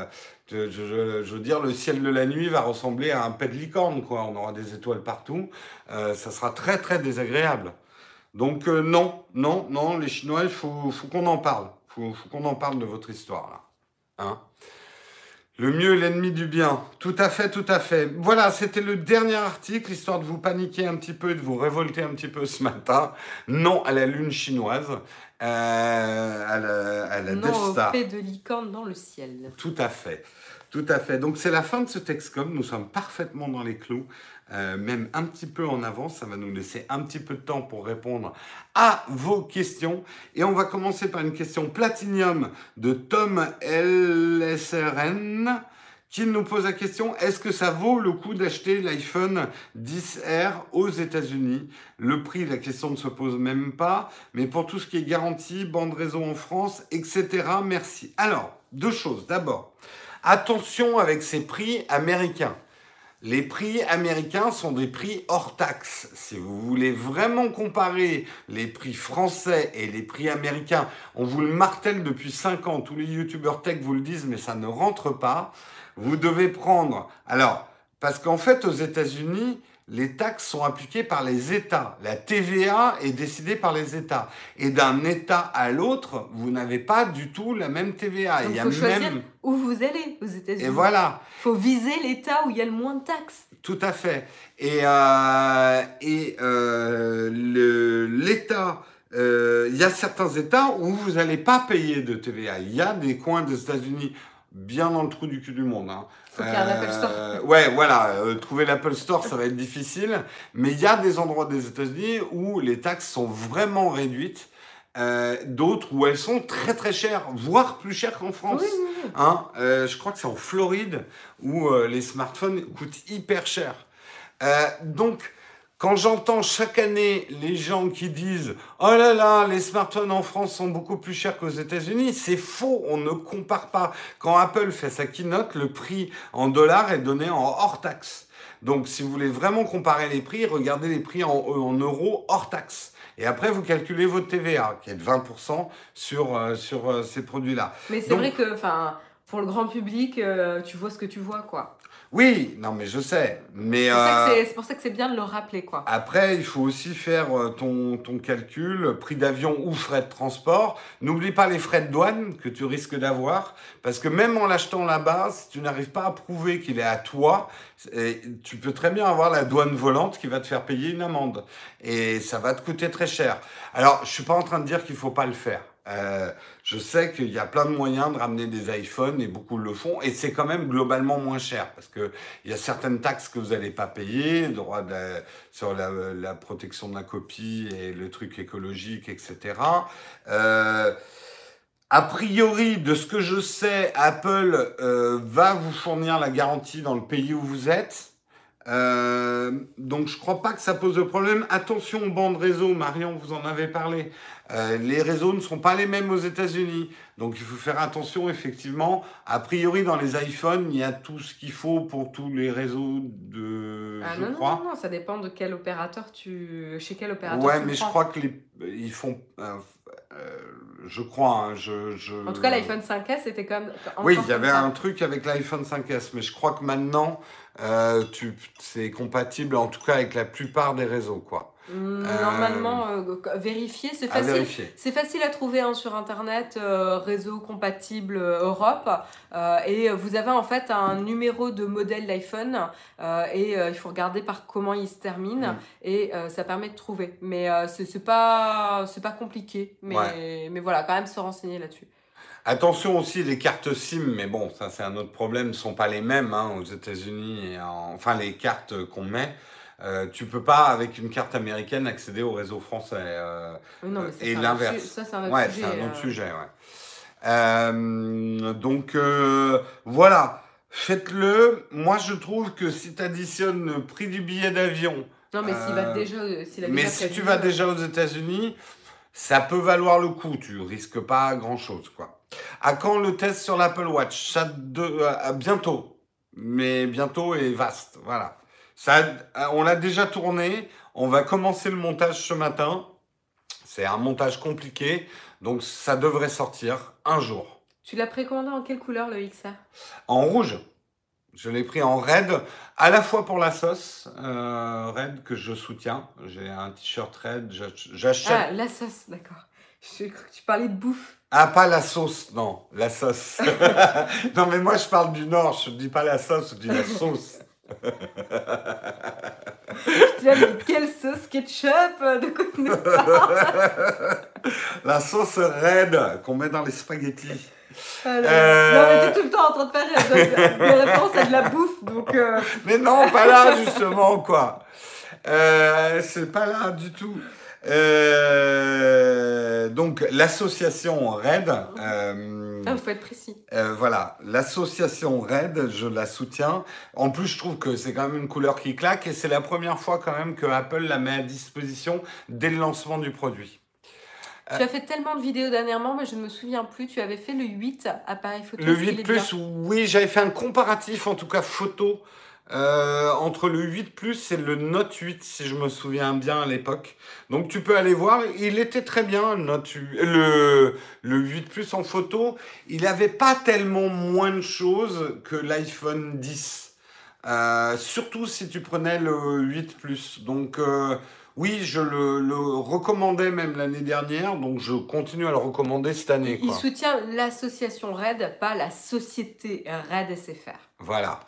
Je veux dire, le ciel de la nuit va ressembler à un pet de licorne, quoi. On aura des étoiles partout. Ça sera très, très désagréable. Donc non, non, non, les Chinois, faut qu'on en parle. Faut qu'on en parle de votre histoire, là. Hein. Le mieux est l'ennemi du bien. Tout à fait, tout à fait. Voilà, c'était le dernier article, histoire de vous paniquer un petit peu et de vous révolter un petit peu ce matin. Non à la lune chinoise, à la Death Non au Star. paix de licorne dans le ciel. Tout à fait. Tout à fait. Donc c'est la fin de ce Texcom. Nous sommes parfaitement dans les clous, même un petit peu en avance. Ça va nous laisser un petit peu de temps pour répondre à vos questions. Et on va commencer par une question Platinium de Tom LSRN qui nous pose la question, est-ce que ça vaut le coup d'acheter l'iPhone 10R aux États-Unis? Le prix, la question ne se pose même pas, mais pour tout ce qui est garantie, bande réseau en France, etc. Merci. Alors, deux choses. D'abord, attention avec ces prix américains. Les prix américains sont des prix hors taxe. Si vous voulez vraiment comparer les prix français et les prix américains, on vous le martèle depuis 5 ans, tous les youtubeurs tech vous le disent, mais ça ne rentre pas. Vous devez prendre... Alors, parce qu'en fait, aux États-Unis, les taxes sont appliquées par les États. La TVA est décidée par les États. Et d'un État à l'autre, vous n'avez pas du tout la même TVA. Donc Il y il a faut choisir même... où vous allez aux Et États-Unis. voilà. Il faut viser l'État où il y a le moins de taxes. Tout à fait. Et l'État, il y a certains États où vous n'allez pas payer de TVA. Il y a des coins des États-Unis bien dans le trou du cul du monde. Hein. Faut qu'il y ait un Apple Store. Ouais, voilà. Trouver l'Apple Store, ça va être difficile. Mais il y a des endroits des États-Unis où les taxes sont vraiment réduites. D'autres où elles sont très très chères, voire plus chères qu'en France. Oui, oui, oui. Hein, je crois que c'est en Floride où les smartphones coûtent hyper cher. Donc, quand j'entends chaque année les gens qui disent «Oh là là, les smartphones en France sont beaucoup plus chers qu'aux États-Unis», c'est faux, on ne compare pas. Quand Apple fait sa keynote, le prix en dollars est donné en hors taxe. Donc, si vous voulez vraiment comparer les prix, regardez les prix en euros hors taxe. Et après, vous calculez votre TVA, qui est de 20% sur ces produits-là. Mais c'est Donc, vrai que, enfin, pour le grand public, tu vois ce que tu vois, quoi. oui, non mais je sais. Mais C'est pour ça que c'est bien de le rappeler, quoi. après, il faut aussi faire ton calcul, prix d'avion ou frais de transport. N'oublie pas les frais de douane que tu risques d'avoir, parce que même en l'achetant là-bas, si tu n'arrives pas à prouver qu'il est à toi, tu peux très bien avoir la douane volante qui va te faire payer une amende. Et ça va te coûter très cher. Alors, je suis pas en train de dire qu'il faut pas le faire. Je sais qu'il y a plein de moyens de ramener des iPhones et beaucoup le font et c'est quand même globalement moins cher parce que il y a certaines taxes que vous n'allez pas payer, sur la protection de la copie et le truc écologique, etc. Euh, A priori, de ce que je sais, Apple va vous fournir la garantie dans le pays où vous êtes. Donc je crois pas que ça pose de problème. Attention aux bandes réseau, Marion, vous en avez parlé. Les réseaux ne sont pas les mêmes aux États-Unis. Donc il faut faire attention, effectivement. A priori, dans les iPhones, il y a tout ce qu'il faut pour tous les réseaux Ah je non, non, non, crois. non, ça dépend de quel opérateur chez quel opérateur Ouais, tu le mais je prends. crois que ils font, je crois, hein, En tout cas, l'iPhone 5S était quand même Oui, il encore y comme avait un ça. truc avec l'iPhone 5S, mais je crois que maintenant, c'est compatible en tout cas avec la plupart des réseaux, quoi. Euh, Normalement, vérifier, c'est à facile. vérifier. C'est facile à trouver hein, sur Internet, réseau compatible Europe. Et vous avez en fait un numéro de modèle d'iPhone il faut regarder par comment il se termine Mm. et ça permet de trouver. Mais c'est pas compliqué. Ouais. Mais voilà, quand même se renseigner là-dessus. Attention aussi, les cartes SIM, mais bon, ça c'est un autre problème, ne sont pas les mêmes hein, aux États-Unis. Enfin, les cartes qu'on met, tu peux pas, avec une carte américaine, accéder au réseau français. Oui, non, mais ça, Et ça, l'inverse. c'est un autre Ouais, c'est sujet. un autre sujet, ouais. Donc voilà, faites-le. Moi, je trouve que si tu additionnes le prix du billet d'avion, Non, mais euh, s'il a mais déjà si tu prévu. vas déjà aux États-Unis, ça peut valoir le coup. Tu risques pas grand-chose, quoi. À quand le test sur l'Apple Watch? Bientôt, mais bientôt et vaste. Voilà. Ça, on l'a déjà tourné. On va commencer le montage ce matin. C'est un montage compliqué, donc ça devrait sortir un jour. Tu l'as précommandé en quelle couleur le XR? En rouge, je l'ai pris en raid, à la fois pour la sauce, raid que je soutiens. J'ai un t-shirt raid, j'achète. Ah, la sauce, d'accord. J'ai cru que tu parlais de bouffe. Ah, pas la sauce, non, la sauce. Non, mais moi je parle du Nord, je dis pas la sauce, je dis la sauce. Tu as mais quelle sauce ketchup? De quoi tu nous parles? La sauce raid qu'on met dans les spaghettis. Ah là là. Non, mais Euh, t'es tout le temps en train de faire des références à de la bouffe, donc... Mais non, pas là, justement, quoi. C'est pas là du tout. Donc, l'association RAID, Ah, faut être précis. voilà, l'association RAID, je la soutiens. En plus, je trouve que c'est quand même une couleur qui claque et c'est la première fois quand même que Apple la met à disposition dès le lancement du produit. Tu as fait tellement de vidéos dernièrement, mais je ne me souviens plus. Tu avais fait le 8 appareil photo. Le Est-ce qu'il 8 est bien? Plus, oui, j'avais fait un comparatif, en tout cas photo, entre le 8 Plus et le Note 8, si je me souviens bien à l'époque. Donc tu peux aller voir, il était très bien, le 8 Plus en photo. Il n'avait pas tellement moins de choses que l'iPhone 10. Surtout si tu prenais le 8 Plus. Donc oui, je le recommandais même l'année dernière, donc je continue à le recommander cette année, Il quoi. soutient l'association RAID, pas la société RAID SFR. Voilà.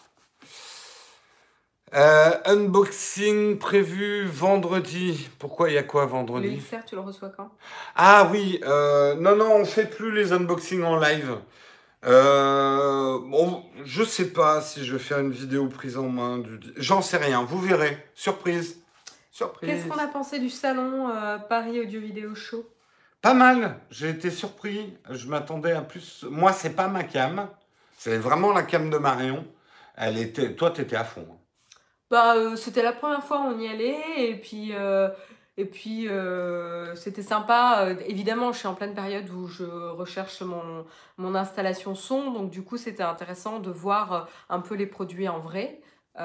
Unboxing prévu vendredi. Pourquoi il y a quoi Le vendredi? XR, tu le reçois quand? Ah oui, non, non, on fait plus les unboxings en live. Bon, je sais pas si je vais faire une vidéo prise en main J'en sais rien, vous verrez. Surprise. Qu'est-ce qu'on a Surprise. pensé du salon Paris Audio Vidéo Show? Pas mal, j'ai été surpris. Je m'attendais à plus. Moi, c'est pas ma cam. C'est vraiment la cam de Marion. Elle était. Toi, t'étais à fond, hein. Bah, c'était la première fois où on y allait c'était sympa. Évidemment, je suis en pleine période où je recherche mon installation son, donc du coup, c'était intéressant de voir un peu les produits en vrai.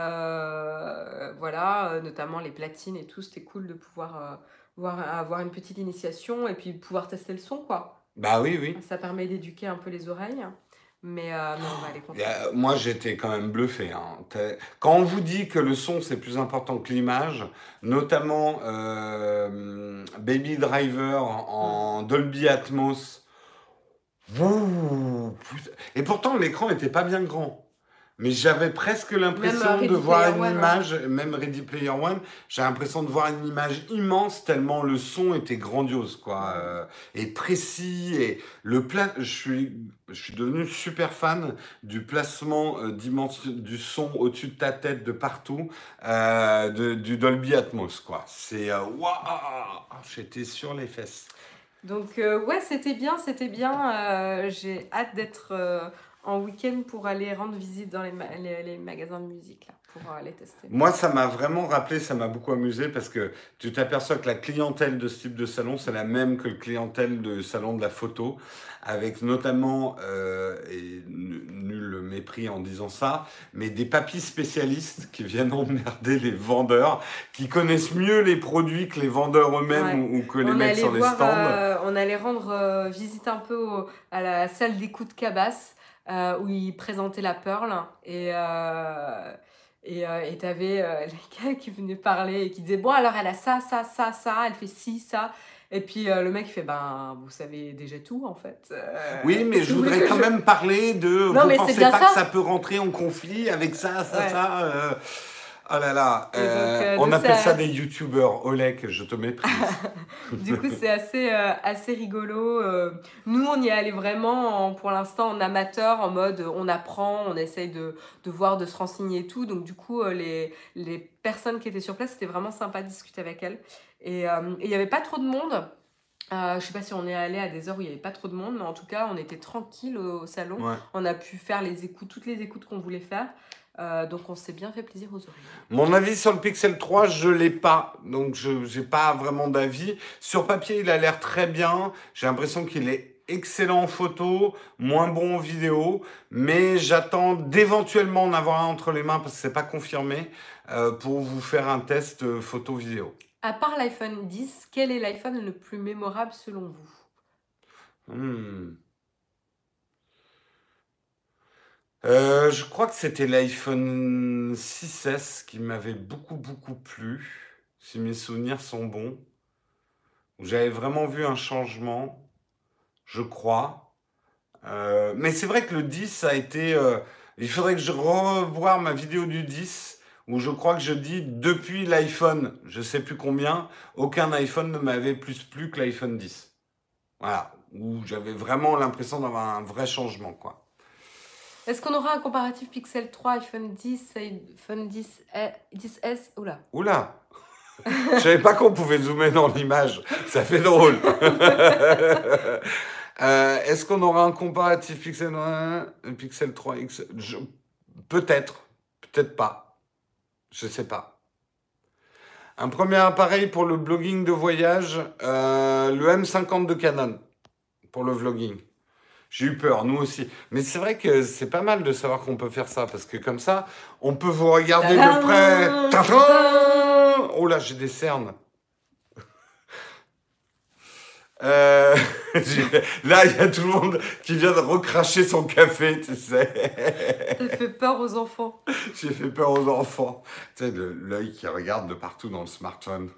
Voilà, notamment les platines et tout, c'était cool de pouvoir avoir une petite initiation et puis pouvoir tester le son, quoi. Bah oui, oui. Ça permet d'éduquer un peu les oreilles, mais on va aller continuer. Moi, j'étais quand même bluffé, hein. Quand on vous dit que le son, c'est plus important que l'image, notamment Baby Driver en Dolby Atmos, et pourtant, l'écran était pas bien grand. Mais j'avais presque Même l'impression de Ready voir Player une One, hein. image, même Ready Player One, j'ai l'impression de voir une image immense tellement le son était grandiose, quoi, et précis. Et je suis devenu super fan du placement du son au-dessus de ta tête, de partout, du Dolby Atmos, quoi. C'est waouh, j'étais sur les fesses. Donc, ouais, c'était bien, c'était bien. J'ai hâte d'être en week-end pour aller rendre visite dans les magasins de musique, là, pour les tester. Moi, ça m'a vraiment rappelé, ça m'a beaucoup amusé parce que tu t'aperçois que la clientèle de ce type de salon, c'est la même que le clientèle de salon de la photo, avec notamment, et nul mépris en disant ça, mais des papis spécialistes qui viennent emmerder les vendeurs, qui connaissent mieux les produits que les vendeurs eux-mêmes Ouais. ou que les On mecs allait sur les voir, stands. on allait rendre visite un peu à la salle d'écoute Cabas, où ils présentaient la Pearl. Et t'avais les gars qui venaient parler et qui disaient, bon, alors elle a ça, ça, ça, ça, elle fait ci, ça. Et puis le mec il fait, ben, vous savez déjà tout en fait. Oui, mais Qu'est-ce que je vous voulez voudrais que quand je... même parler de. Non, Vous mais c'est pensez bien pas que ça. ça peut rentrer en conflit avec ça, ça, Ouais. ça Oh là là, Et on donc appelle ça ça, des youtubeurs. Olek, je te méprise. du coup, c'est assez rigolo. Nous, on y est allé vraiment, pour l'instant, en amateur, en mode on apprend, on essaye de voir, de se renseigner et tout. Donc, du coup, les personnes qui étaient sur place, c'était vraiment sympa de discuter avec elles. Et il n'y avait pas trop de monde. Je sais pas si on est allé à des heures où il n'y avait pas trop de monde, mais en tout cas, on était tranquille au salon. Ouais. On a pu faire toutes les écoutes qu'on voulait faire. Donc, on s'est bien fait plaisir aux oreilles. Mon avis sur le Pixel 3, je l'ai pas, donc je n'ai pas vraiment d'avis. Sur papier, il a l'air très bien. J'ai l'impression qu'il est excellent en photo, moins bon en vidéo, mais j'attends d'éventuellement en avoir un entre les mains parce que c'est pas confirmé pour vous faire un test photo-vidéo. À part l'iPhone 10, quel est l'iPhone le plus mémorable selon vous? Je crois que c'était l'iPhone 6S qui m'avait beaucoup plu, si mes souvenirs sont bons, où j'avais vraiment vu un changement, je crois. Mais c'est vrai que le 10 a été... il faudrait que je revoie ma vidéo du 10, où je crois que je dis, depuis l'iPhone, je sais plus combien, aucun iPhone ne m'avait plus plu que l'iPhone 10. Voilà, où j'avais vraiment l'impression d'avoir un vrai changement, quoi. Est-ce qu'on aura un comparatif Pixel 3, iPhone 10, iPhone 10S? Oula. Oula! Je savais pas qu'on pouvait zoomer dans l'image. Ça fait drôle. Est-ce qu'on aura un comparatif Pixel 1, Pixel 3 X? Peut-être, peut-être pas. Je sais pas. Un premier appareil pour le blogging de voyage, le M50 de Canon pour le vlogging. J'ai eu peur, nous aussi. Mais c'est vrai que c'est pas mal de savoir qu'on peut faire ça, parce que comme ça, on peut vous regarder de près. Tadam! Tadam! Oh là, j'ai des cernes. Là, il y a tout le monde qui vient de recracher son café, tu sais. T'as fait peur aux enfants. J'ai fait peur aux enfants. Tu sais, l'œil qui regarde de partout dans le smartphone.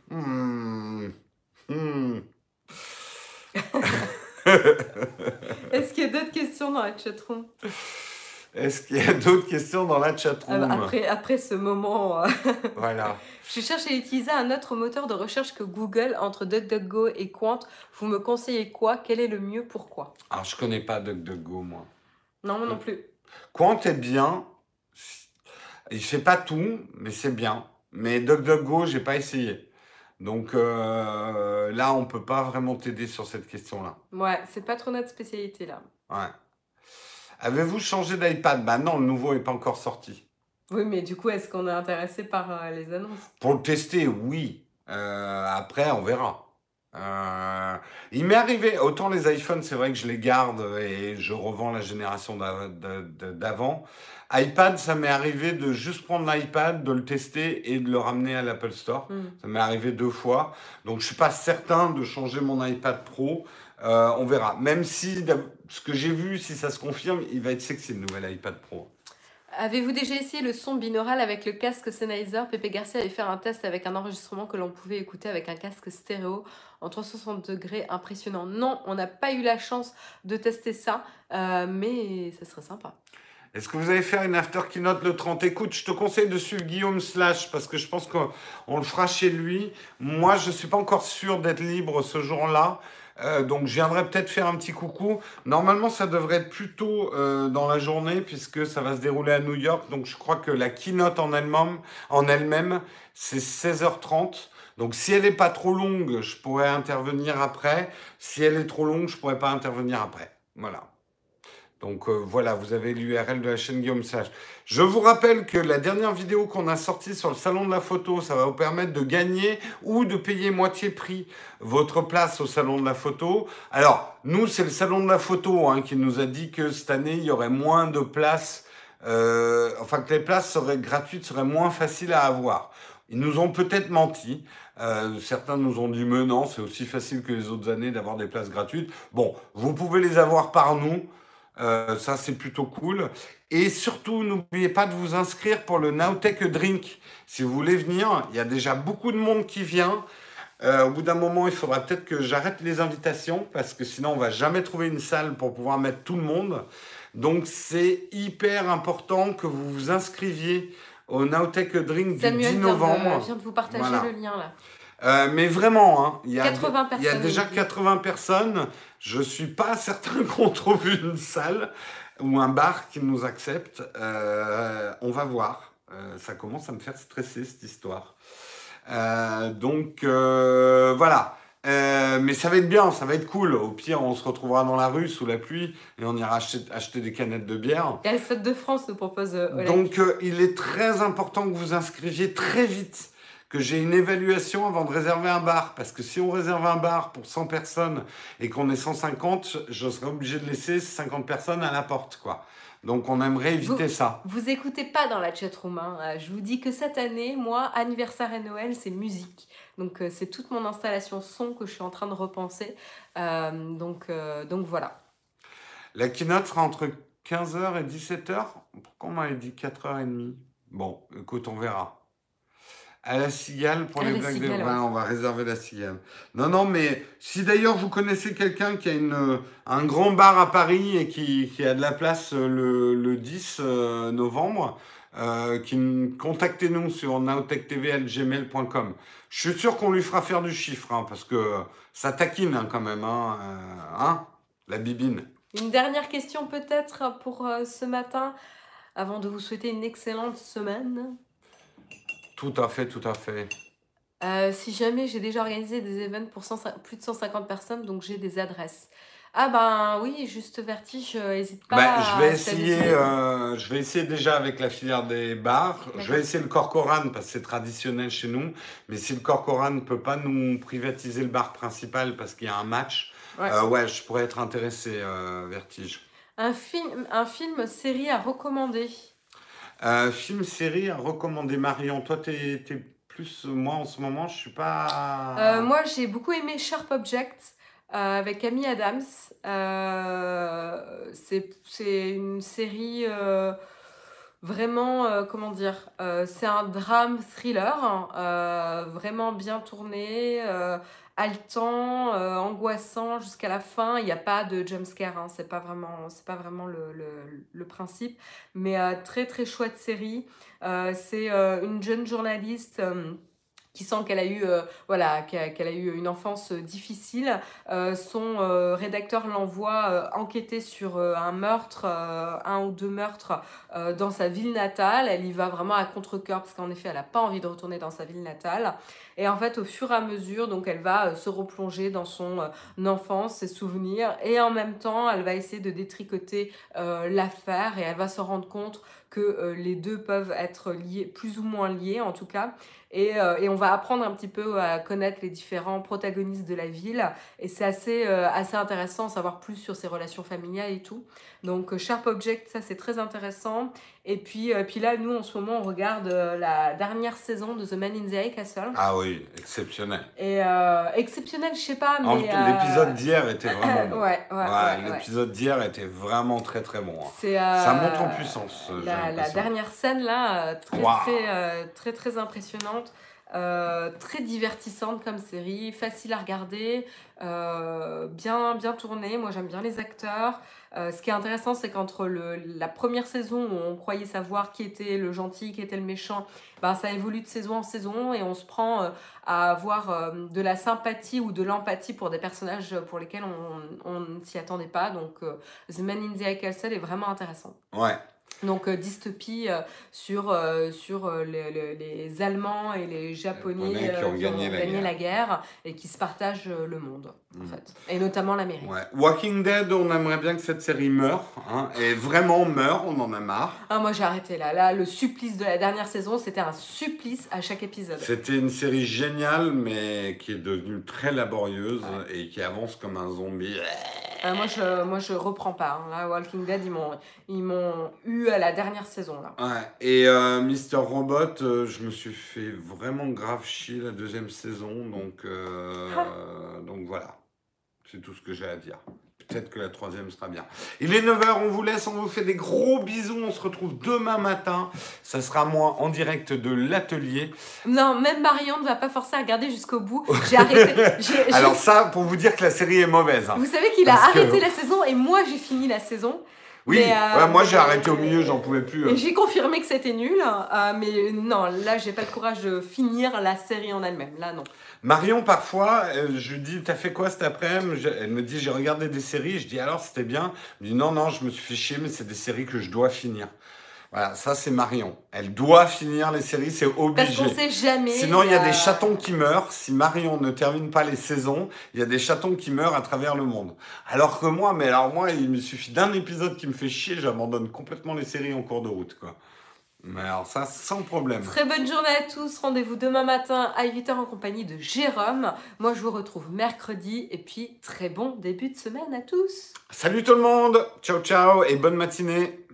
Est-ce qu'il y a d'autres questions dans la chatroom? Est-ce qu'il y a d'autres questions dans la chatroom? Après ce moment... Voilà. Je cherche à utiliser un autre moteur de recherche que Google entre DuckDuckGo et Quant. Vous me conseillez quoi? Quel est le mieux? Pourquoi? Alors, je connais pas DuckDuckGo, moi. Non, moi non plus. Quant est bien. Il fait pas tout, mais c'est bien. Mais DuckDuckGo, j'ai pas essayé. Donc là, on peut pas vraiment t'aider sur cette question-là. Ouais, c'est pas trop notre spécialité là. Ouais. Avez-vous changé d'iPad? Bah non, le nouveau est pas encore sorti. Oui, mais du coup, est-ce qu'on est intéressé par les annonces? Pour le tester, oui. Après, on verra. Il m'est arrivé, autant les iPhones, c'est vrai que je les garde et je revends la génération d'avant. iPad, ça m'est arrivé de juste prendre l'iPad, de le tester et de le ramener à l'Apple Store. Ça m'est arrivé 2 fois. Donc, je suis pas certain de changer mon iPad Pro. On verra. Même si, ce que j'ai vu, si ça se confirme, il va être sexy, le nouvel iPad Pro. Avez-vous déjà essayé le son binaural avec le casque Sennheiser? Pepe Garcia avait fait un test avec un enregistrement que l'on pouvait écouter avec un casque stéréo en 360 degrés, impressionnant. Non, on n'a pas eu la chance de tester ça, mais ça serait sympa. Est-ce que vous allez faire une after keynote le 30? Écoute, je te conseille de suivre Guillaume Slash parce que je pense qu'on le fera chez lui. Moi, je ne suis pas encore sûr d'être libre ce jour-là. Donc, je viendrai peut-être faire un petit coucou. Normalement, ça devrait être plutôt dans la journée puisque ça va se dérouler à New York. Donc, je crois que la keynote en elle-même, c'est 16h30. Donc, si elle n'est pas trop longue, je pourrais intervenir après. Si elle est trop longue, je ne pourrais pas intervenir après. Voilà. Donc voilà, vous avez l'URL de la chaîne Guillaume Sage. Je vous rappelle que la dernière vidéo qu'on a sortie sur le salon de la photo, ça va vous permettre de gagner ou de payer moitié prix votre place au salon de la photo. Alors, nous, c'est le salon de la photo qui nous a dit que cette année, il y aurait moins de places, enfin que les places seraient gratuites, seraient moins faciles à avoir. Ils nous ont peut-être menti. Certains nous ont dit, mais non, c'est aussi facile que les autres années d'avoir des places gratuites. Bon, vous pouvez les avoir par nous. Ça, c'est plutôt cool. Et surtout, n'oubliez pas de vous inscrire pour le Nowtech Drink. Si vous voulez venir, il y a déjà beaucoup de monde qui vient. Au bout d'un moment, il faudra peut-être que j'arrête les invitations parce que sinon, on va jamais trouver une salle pour pouvoir mettre tout le monde. Donc, c'est hyper important que vous vous inscriviez au Nowtech Drink du 10 novembre. Je viens de vous partager Voilà. le lien là. Mais vraiment, il y a 80 il y a personnes, déjà oui. 80 personnes. Je suis pas certain qu'on trouve une salle ou un bar qui nous accepte. On va voir. Ça commence à me faire stresser cette histoire. Donc voilà. Mais ça va être bien, ça va être cool. Au pire, on se retrouvera dans la rue sous la pluie et on ira acheter des canettes de bière. Et le Stade de France nous propose Oleg. Donc, il est très important que vous inscriviez très vite, que j'ai une évaluation avant de réserver un bar. Parce que si on réserve un bar pour 100 personnes et qu'on est 150, je serai obligé de laisser 50 personnes à la porte, quoi. Donc, on aimerait éviter ça. Vous écoutez pas dans la chatroom. Je vous dis que cette année, moi, anniversaire et Noël, c'est musique. Donc, c'est toute mon installation son que je suis en train de repenser. Donc voilà. La keynote sera entre 15h et 17h. Pourquoi on m'avait dit 4h30? Bon, écoute, on verra. À la Cigale pour les la blagues Cigale, de... ouais. Ouais, on va réserver la Cigale. Non, mais si d'ailleurs vous connaissez quelqu'un qui a un grand bar à Paris et qui a de la place le 10 novembre, contactez-nous sur nowtechtv@gmail.com. Je suis sûr qu'on lui fera faire du chiffre, parce que ça taquine quand même, la bibine. Une dernière question peut-être pour ce matin, avant de vous souhaiter une excellente semaine. Tout à fait, tout à fait. Si jamais j'ai déjà organisé des événements pour plus de 150 personnes, donc j'ai des adresses. Ah ben oui, juste Vertige, n'hésite pas Je vais à essayer déjà avec la filière des bars. Je vais D'accord. essayer le Corcoran parce que c'est traditionnel chez nous. Mais si le Corcoran ne peut pas nous privatiser le bar principal parce qu'il y a un match, Ouais. je pourrais être intéressé, Vertige. Un film, série à recommander. Film, série à recommander. Marion, toi, t'es plus... Moi, en ce moment, je suis pas... Moi, j'ai beaucoup aimé Sharp Object avec Amy Adams. C'est une série vraiment, comment dire, c'est un drame thriller, vraiment bien tourné, haletant, angoissant jusqu'à la fin. Il n'y a pas de jumpscare, c'est pas vraiment le principe, mais très très chouette série. C'est une jeune journaliste qui sent qu'elle a eu, qu'elle a eu une enfance difficile. Son rédacteur l'envoie enquêter sur un meurtre, un ou deux meurtres dans sa ville natale. Elle y va vraiment à contre-cœur parce qu'en effet, elle n'a pas envie de retourner dans sa ville natale. Et en fait, au fur et à mesure, donc, elle va se replonger dans son enfance, ses souvenirs, et en même temps, elle va essayer de détricoter l'affaire et elle va se rendre compte que les deux peuvent être liés, plus ou moins liés en tout cas. Et on va apprendre un petit peu à connaître les différents protagonistes de la ville. Et c'est assez intéressant de savoir plus sur ses relations familiales et tout. Donc Sharp Object, ça c'est très intéressant. Et puis là, nous en ce moment, on regarde la dernière saison de The Man in the High Castle. Ah oui, exceptionnel. Et exceptionnel, je sais pas, mais... L'épisode d'hier était vraiment bon. Ouais, l'épisode d'hier était vraiment très très bon. C'est, ça monte en puissance. La dernière scène là, très impressionnante. Très divertissante comme série, facile à regarder, bien tournée. Moi, j'aime bien les acteurs. Ce qui est intéressant, c'est qu'entre la première saison où on croyait savoir qui était le gentil, qui était le méchant, ben, ça évolue de saison en saison et on se prend à avoir de la sympathie ou de l'empathie pour des personnages pour lesquels on ne s'y attendait pas. Donc, The Man in the High Castle est vraiment intéressant. Ouais. Donc, dystopie sur les Allemands et les Japonais qui ont gagné la guerre et qui se partagent le monde, en fait. Et notamment l'Amérique. Ouais. Walking Dead, on aimerait bien que cette série meure, hein, et vraiment meure, on en a marre. Ah, moi, j'ai arrêté là. Là, le supplice de la dernière saison, c'était un supplice à chaque épisode. C'était une série géniale, mais qui est devenue très laborieuse et qui avance comme un zombie. Moi, je reprends pas. Hein. Là, Walking Dead, ils m'ont eu à la dernière saison. Là. Ouais. Et Mister Robot, je me suis fait vraiment grave chier la deuxième saison. Donc voilà. C'est tout ce que j'ai à dire. Peut-être que la troisième sera bien. Il est 9h, on vous laisse, on vous fait des gros bisous. On se retrouve demain matin. Ça sera moi en direct de l'atelier. Non, même Marion ne va pas forcer à regarder jusqu'au bout. J'ai arrêté. Alors ça, pour vous dire que la série est mauvaise. Hein. Vous savez qu'il a arrêté la saison et moi j'ai fini la saison. Oui, moi j'ai arrêté au milieu, j'en pouvais plus. Et j'ai confirmé que c'était nul, mais non, là j'ai pas le courage de finir la série en elle-même, là non. Marion, parfois, je lui dis, t'as fait quoi cet après-midi? Elle me dit, j'ai regardé des séries, je dis, alors c'était bien? Elle me dit, non, je me suis fait chier, mais c'est des séries que je dois finir. Voilà, ça c'est Marion. Elle doit finir les séries, c'est obligé. Parce qu'on sait jamais. Sinon, il y a des chatons qui meurent. Si Marion ne termine pas les saisons, il y a des chatons qui meurent à travers le monde. Alors que moi, il me suffit d'un épisode qui me fait chier, j'abandonne complètement les séries en cours de route, quoi. Mais alors ça, sans problème. Très bonne journée à tous. Rendez-vous demain matin à 8h en compagnie de Jérôme. Moi, je vous retrouve mercredi. Et puis, très bon début de semaine à tous. Salut tout le monde. Ciao, ciao et bonne matinée.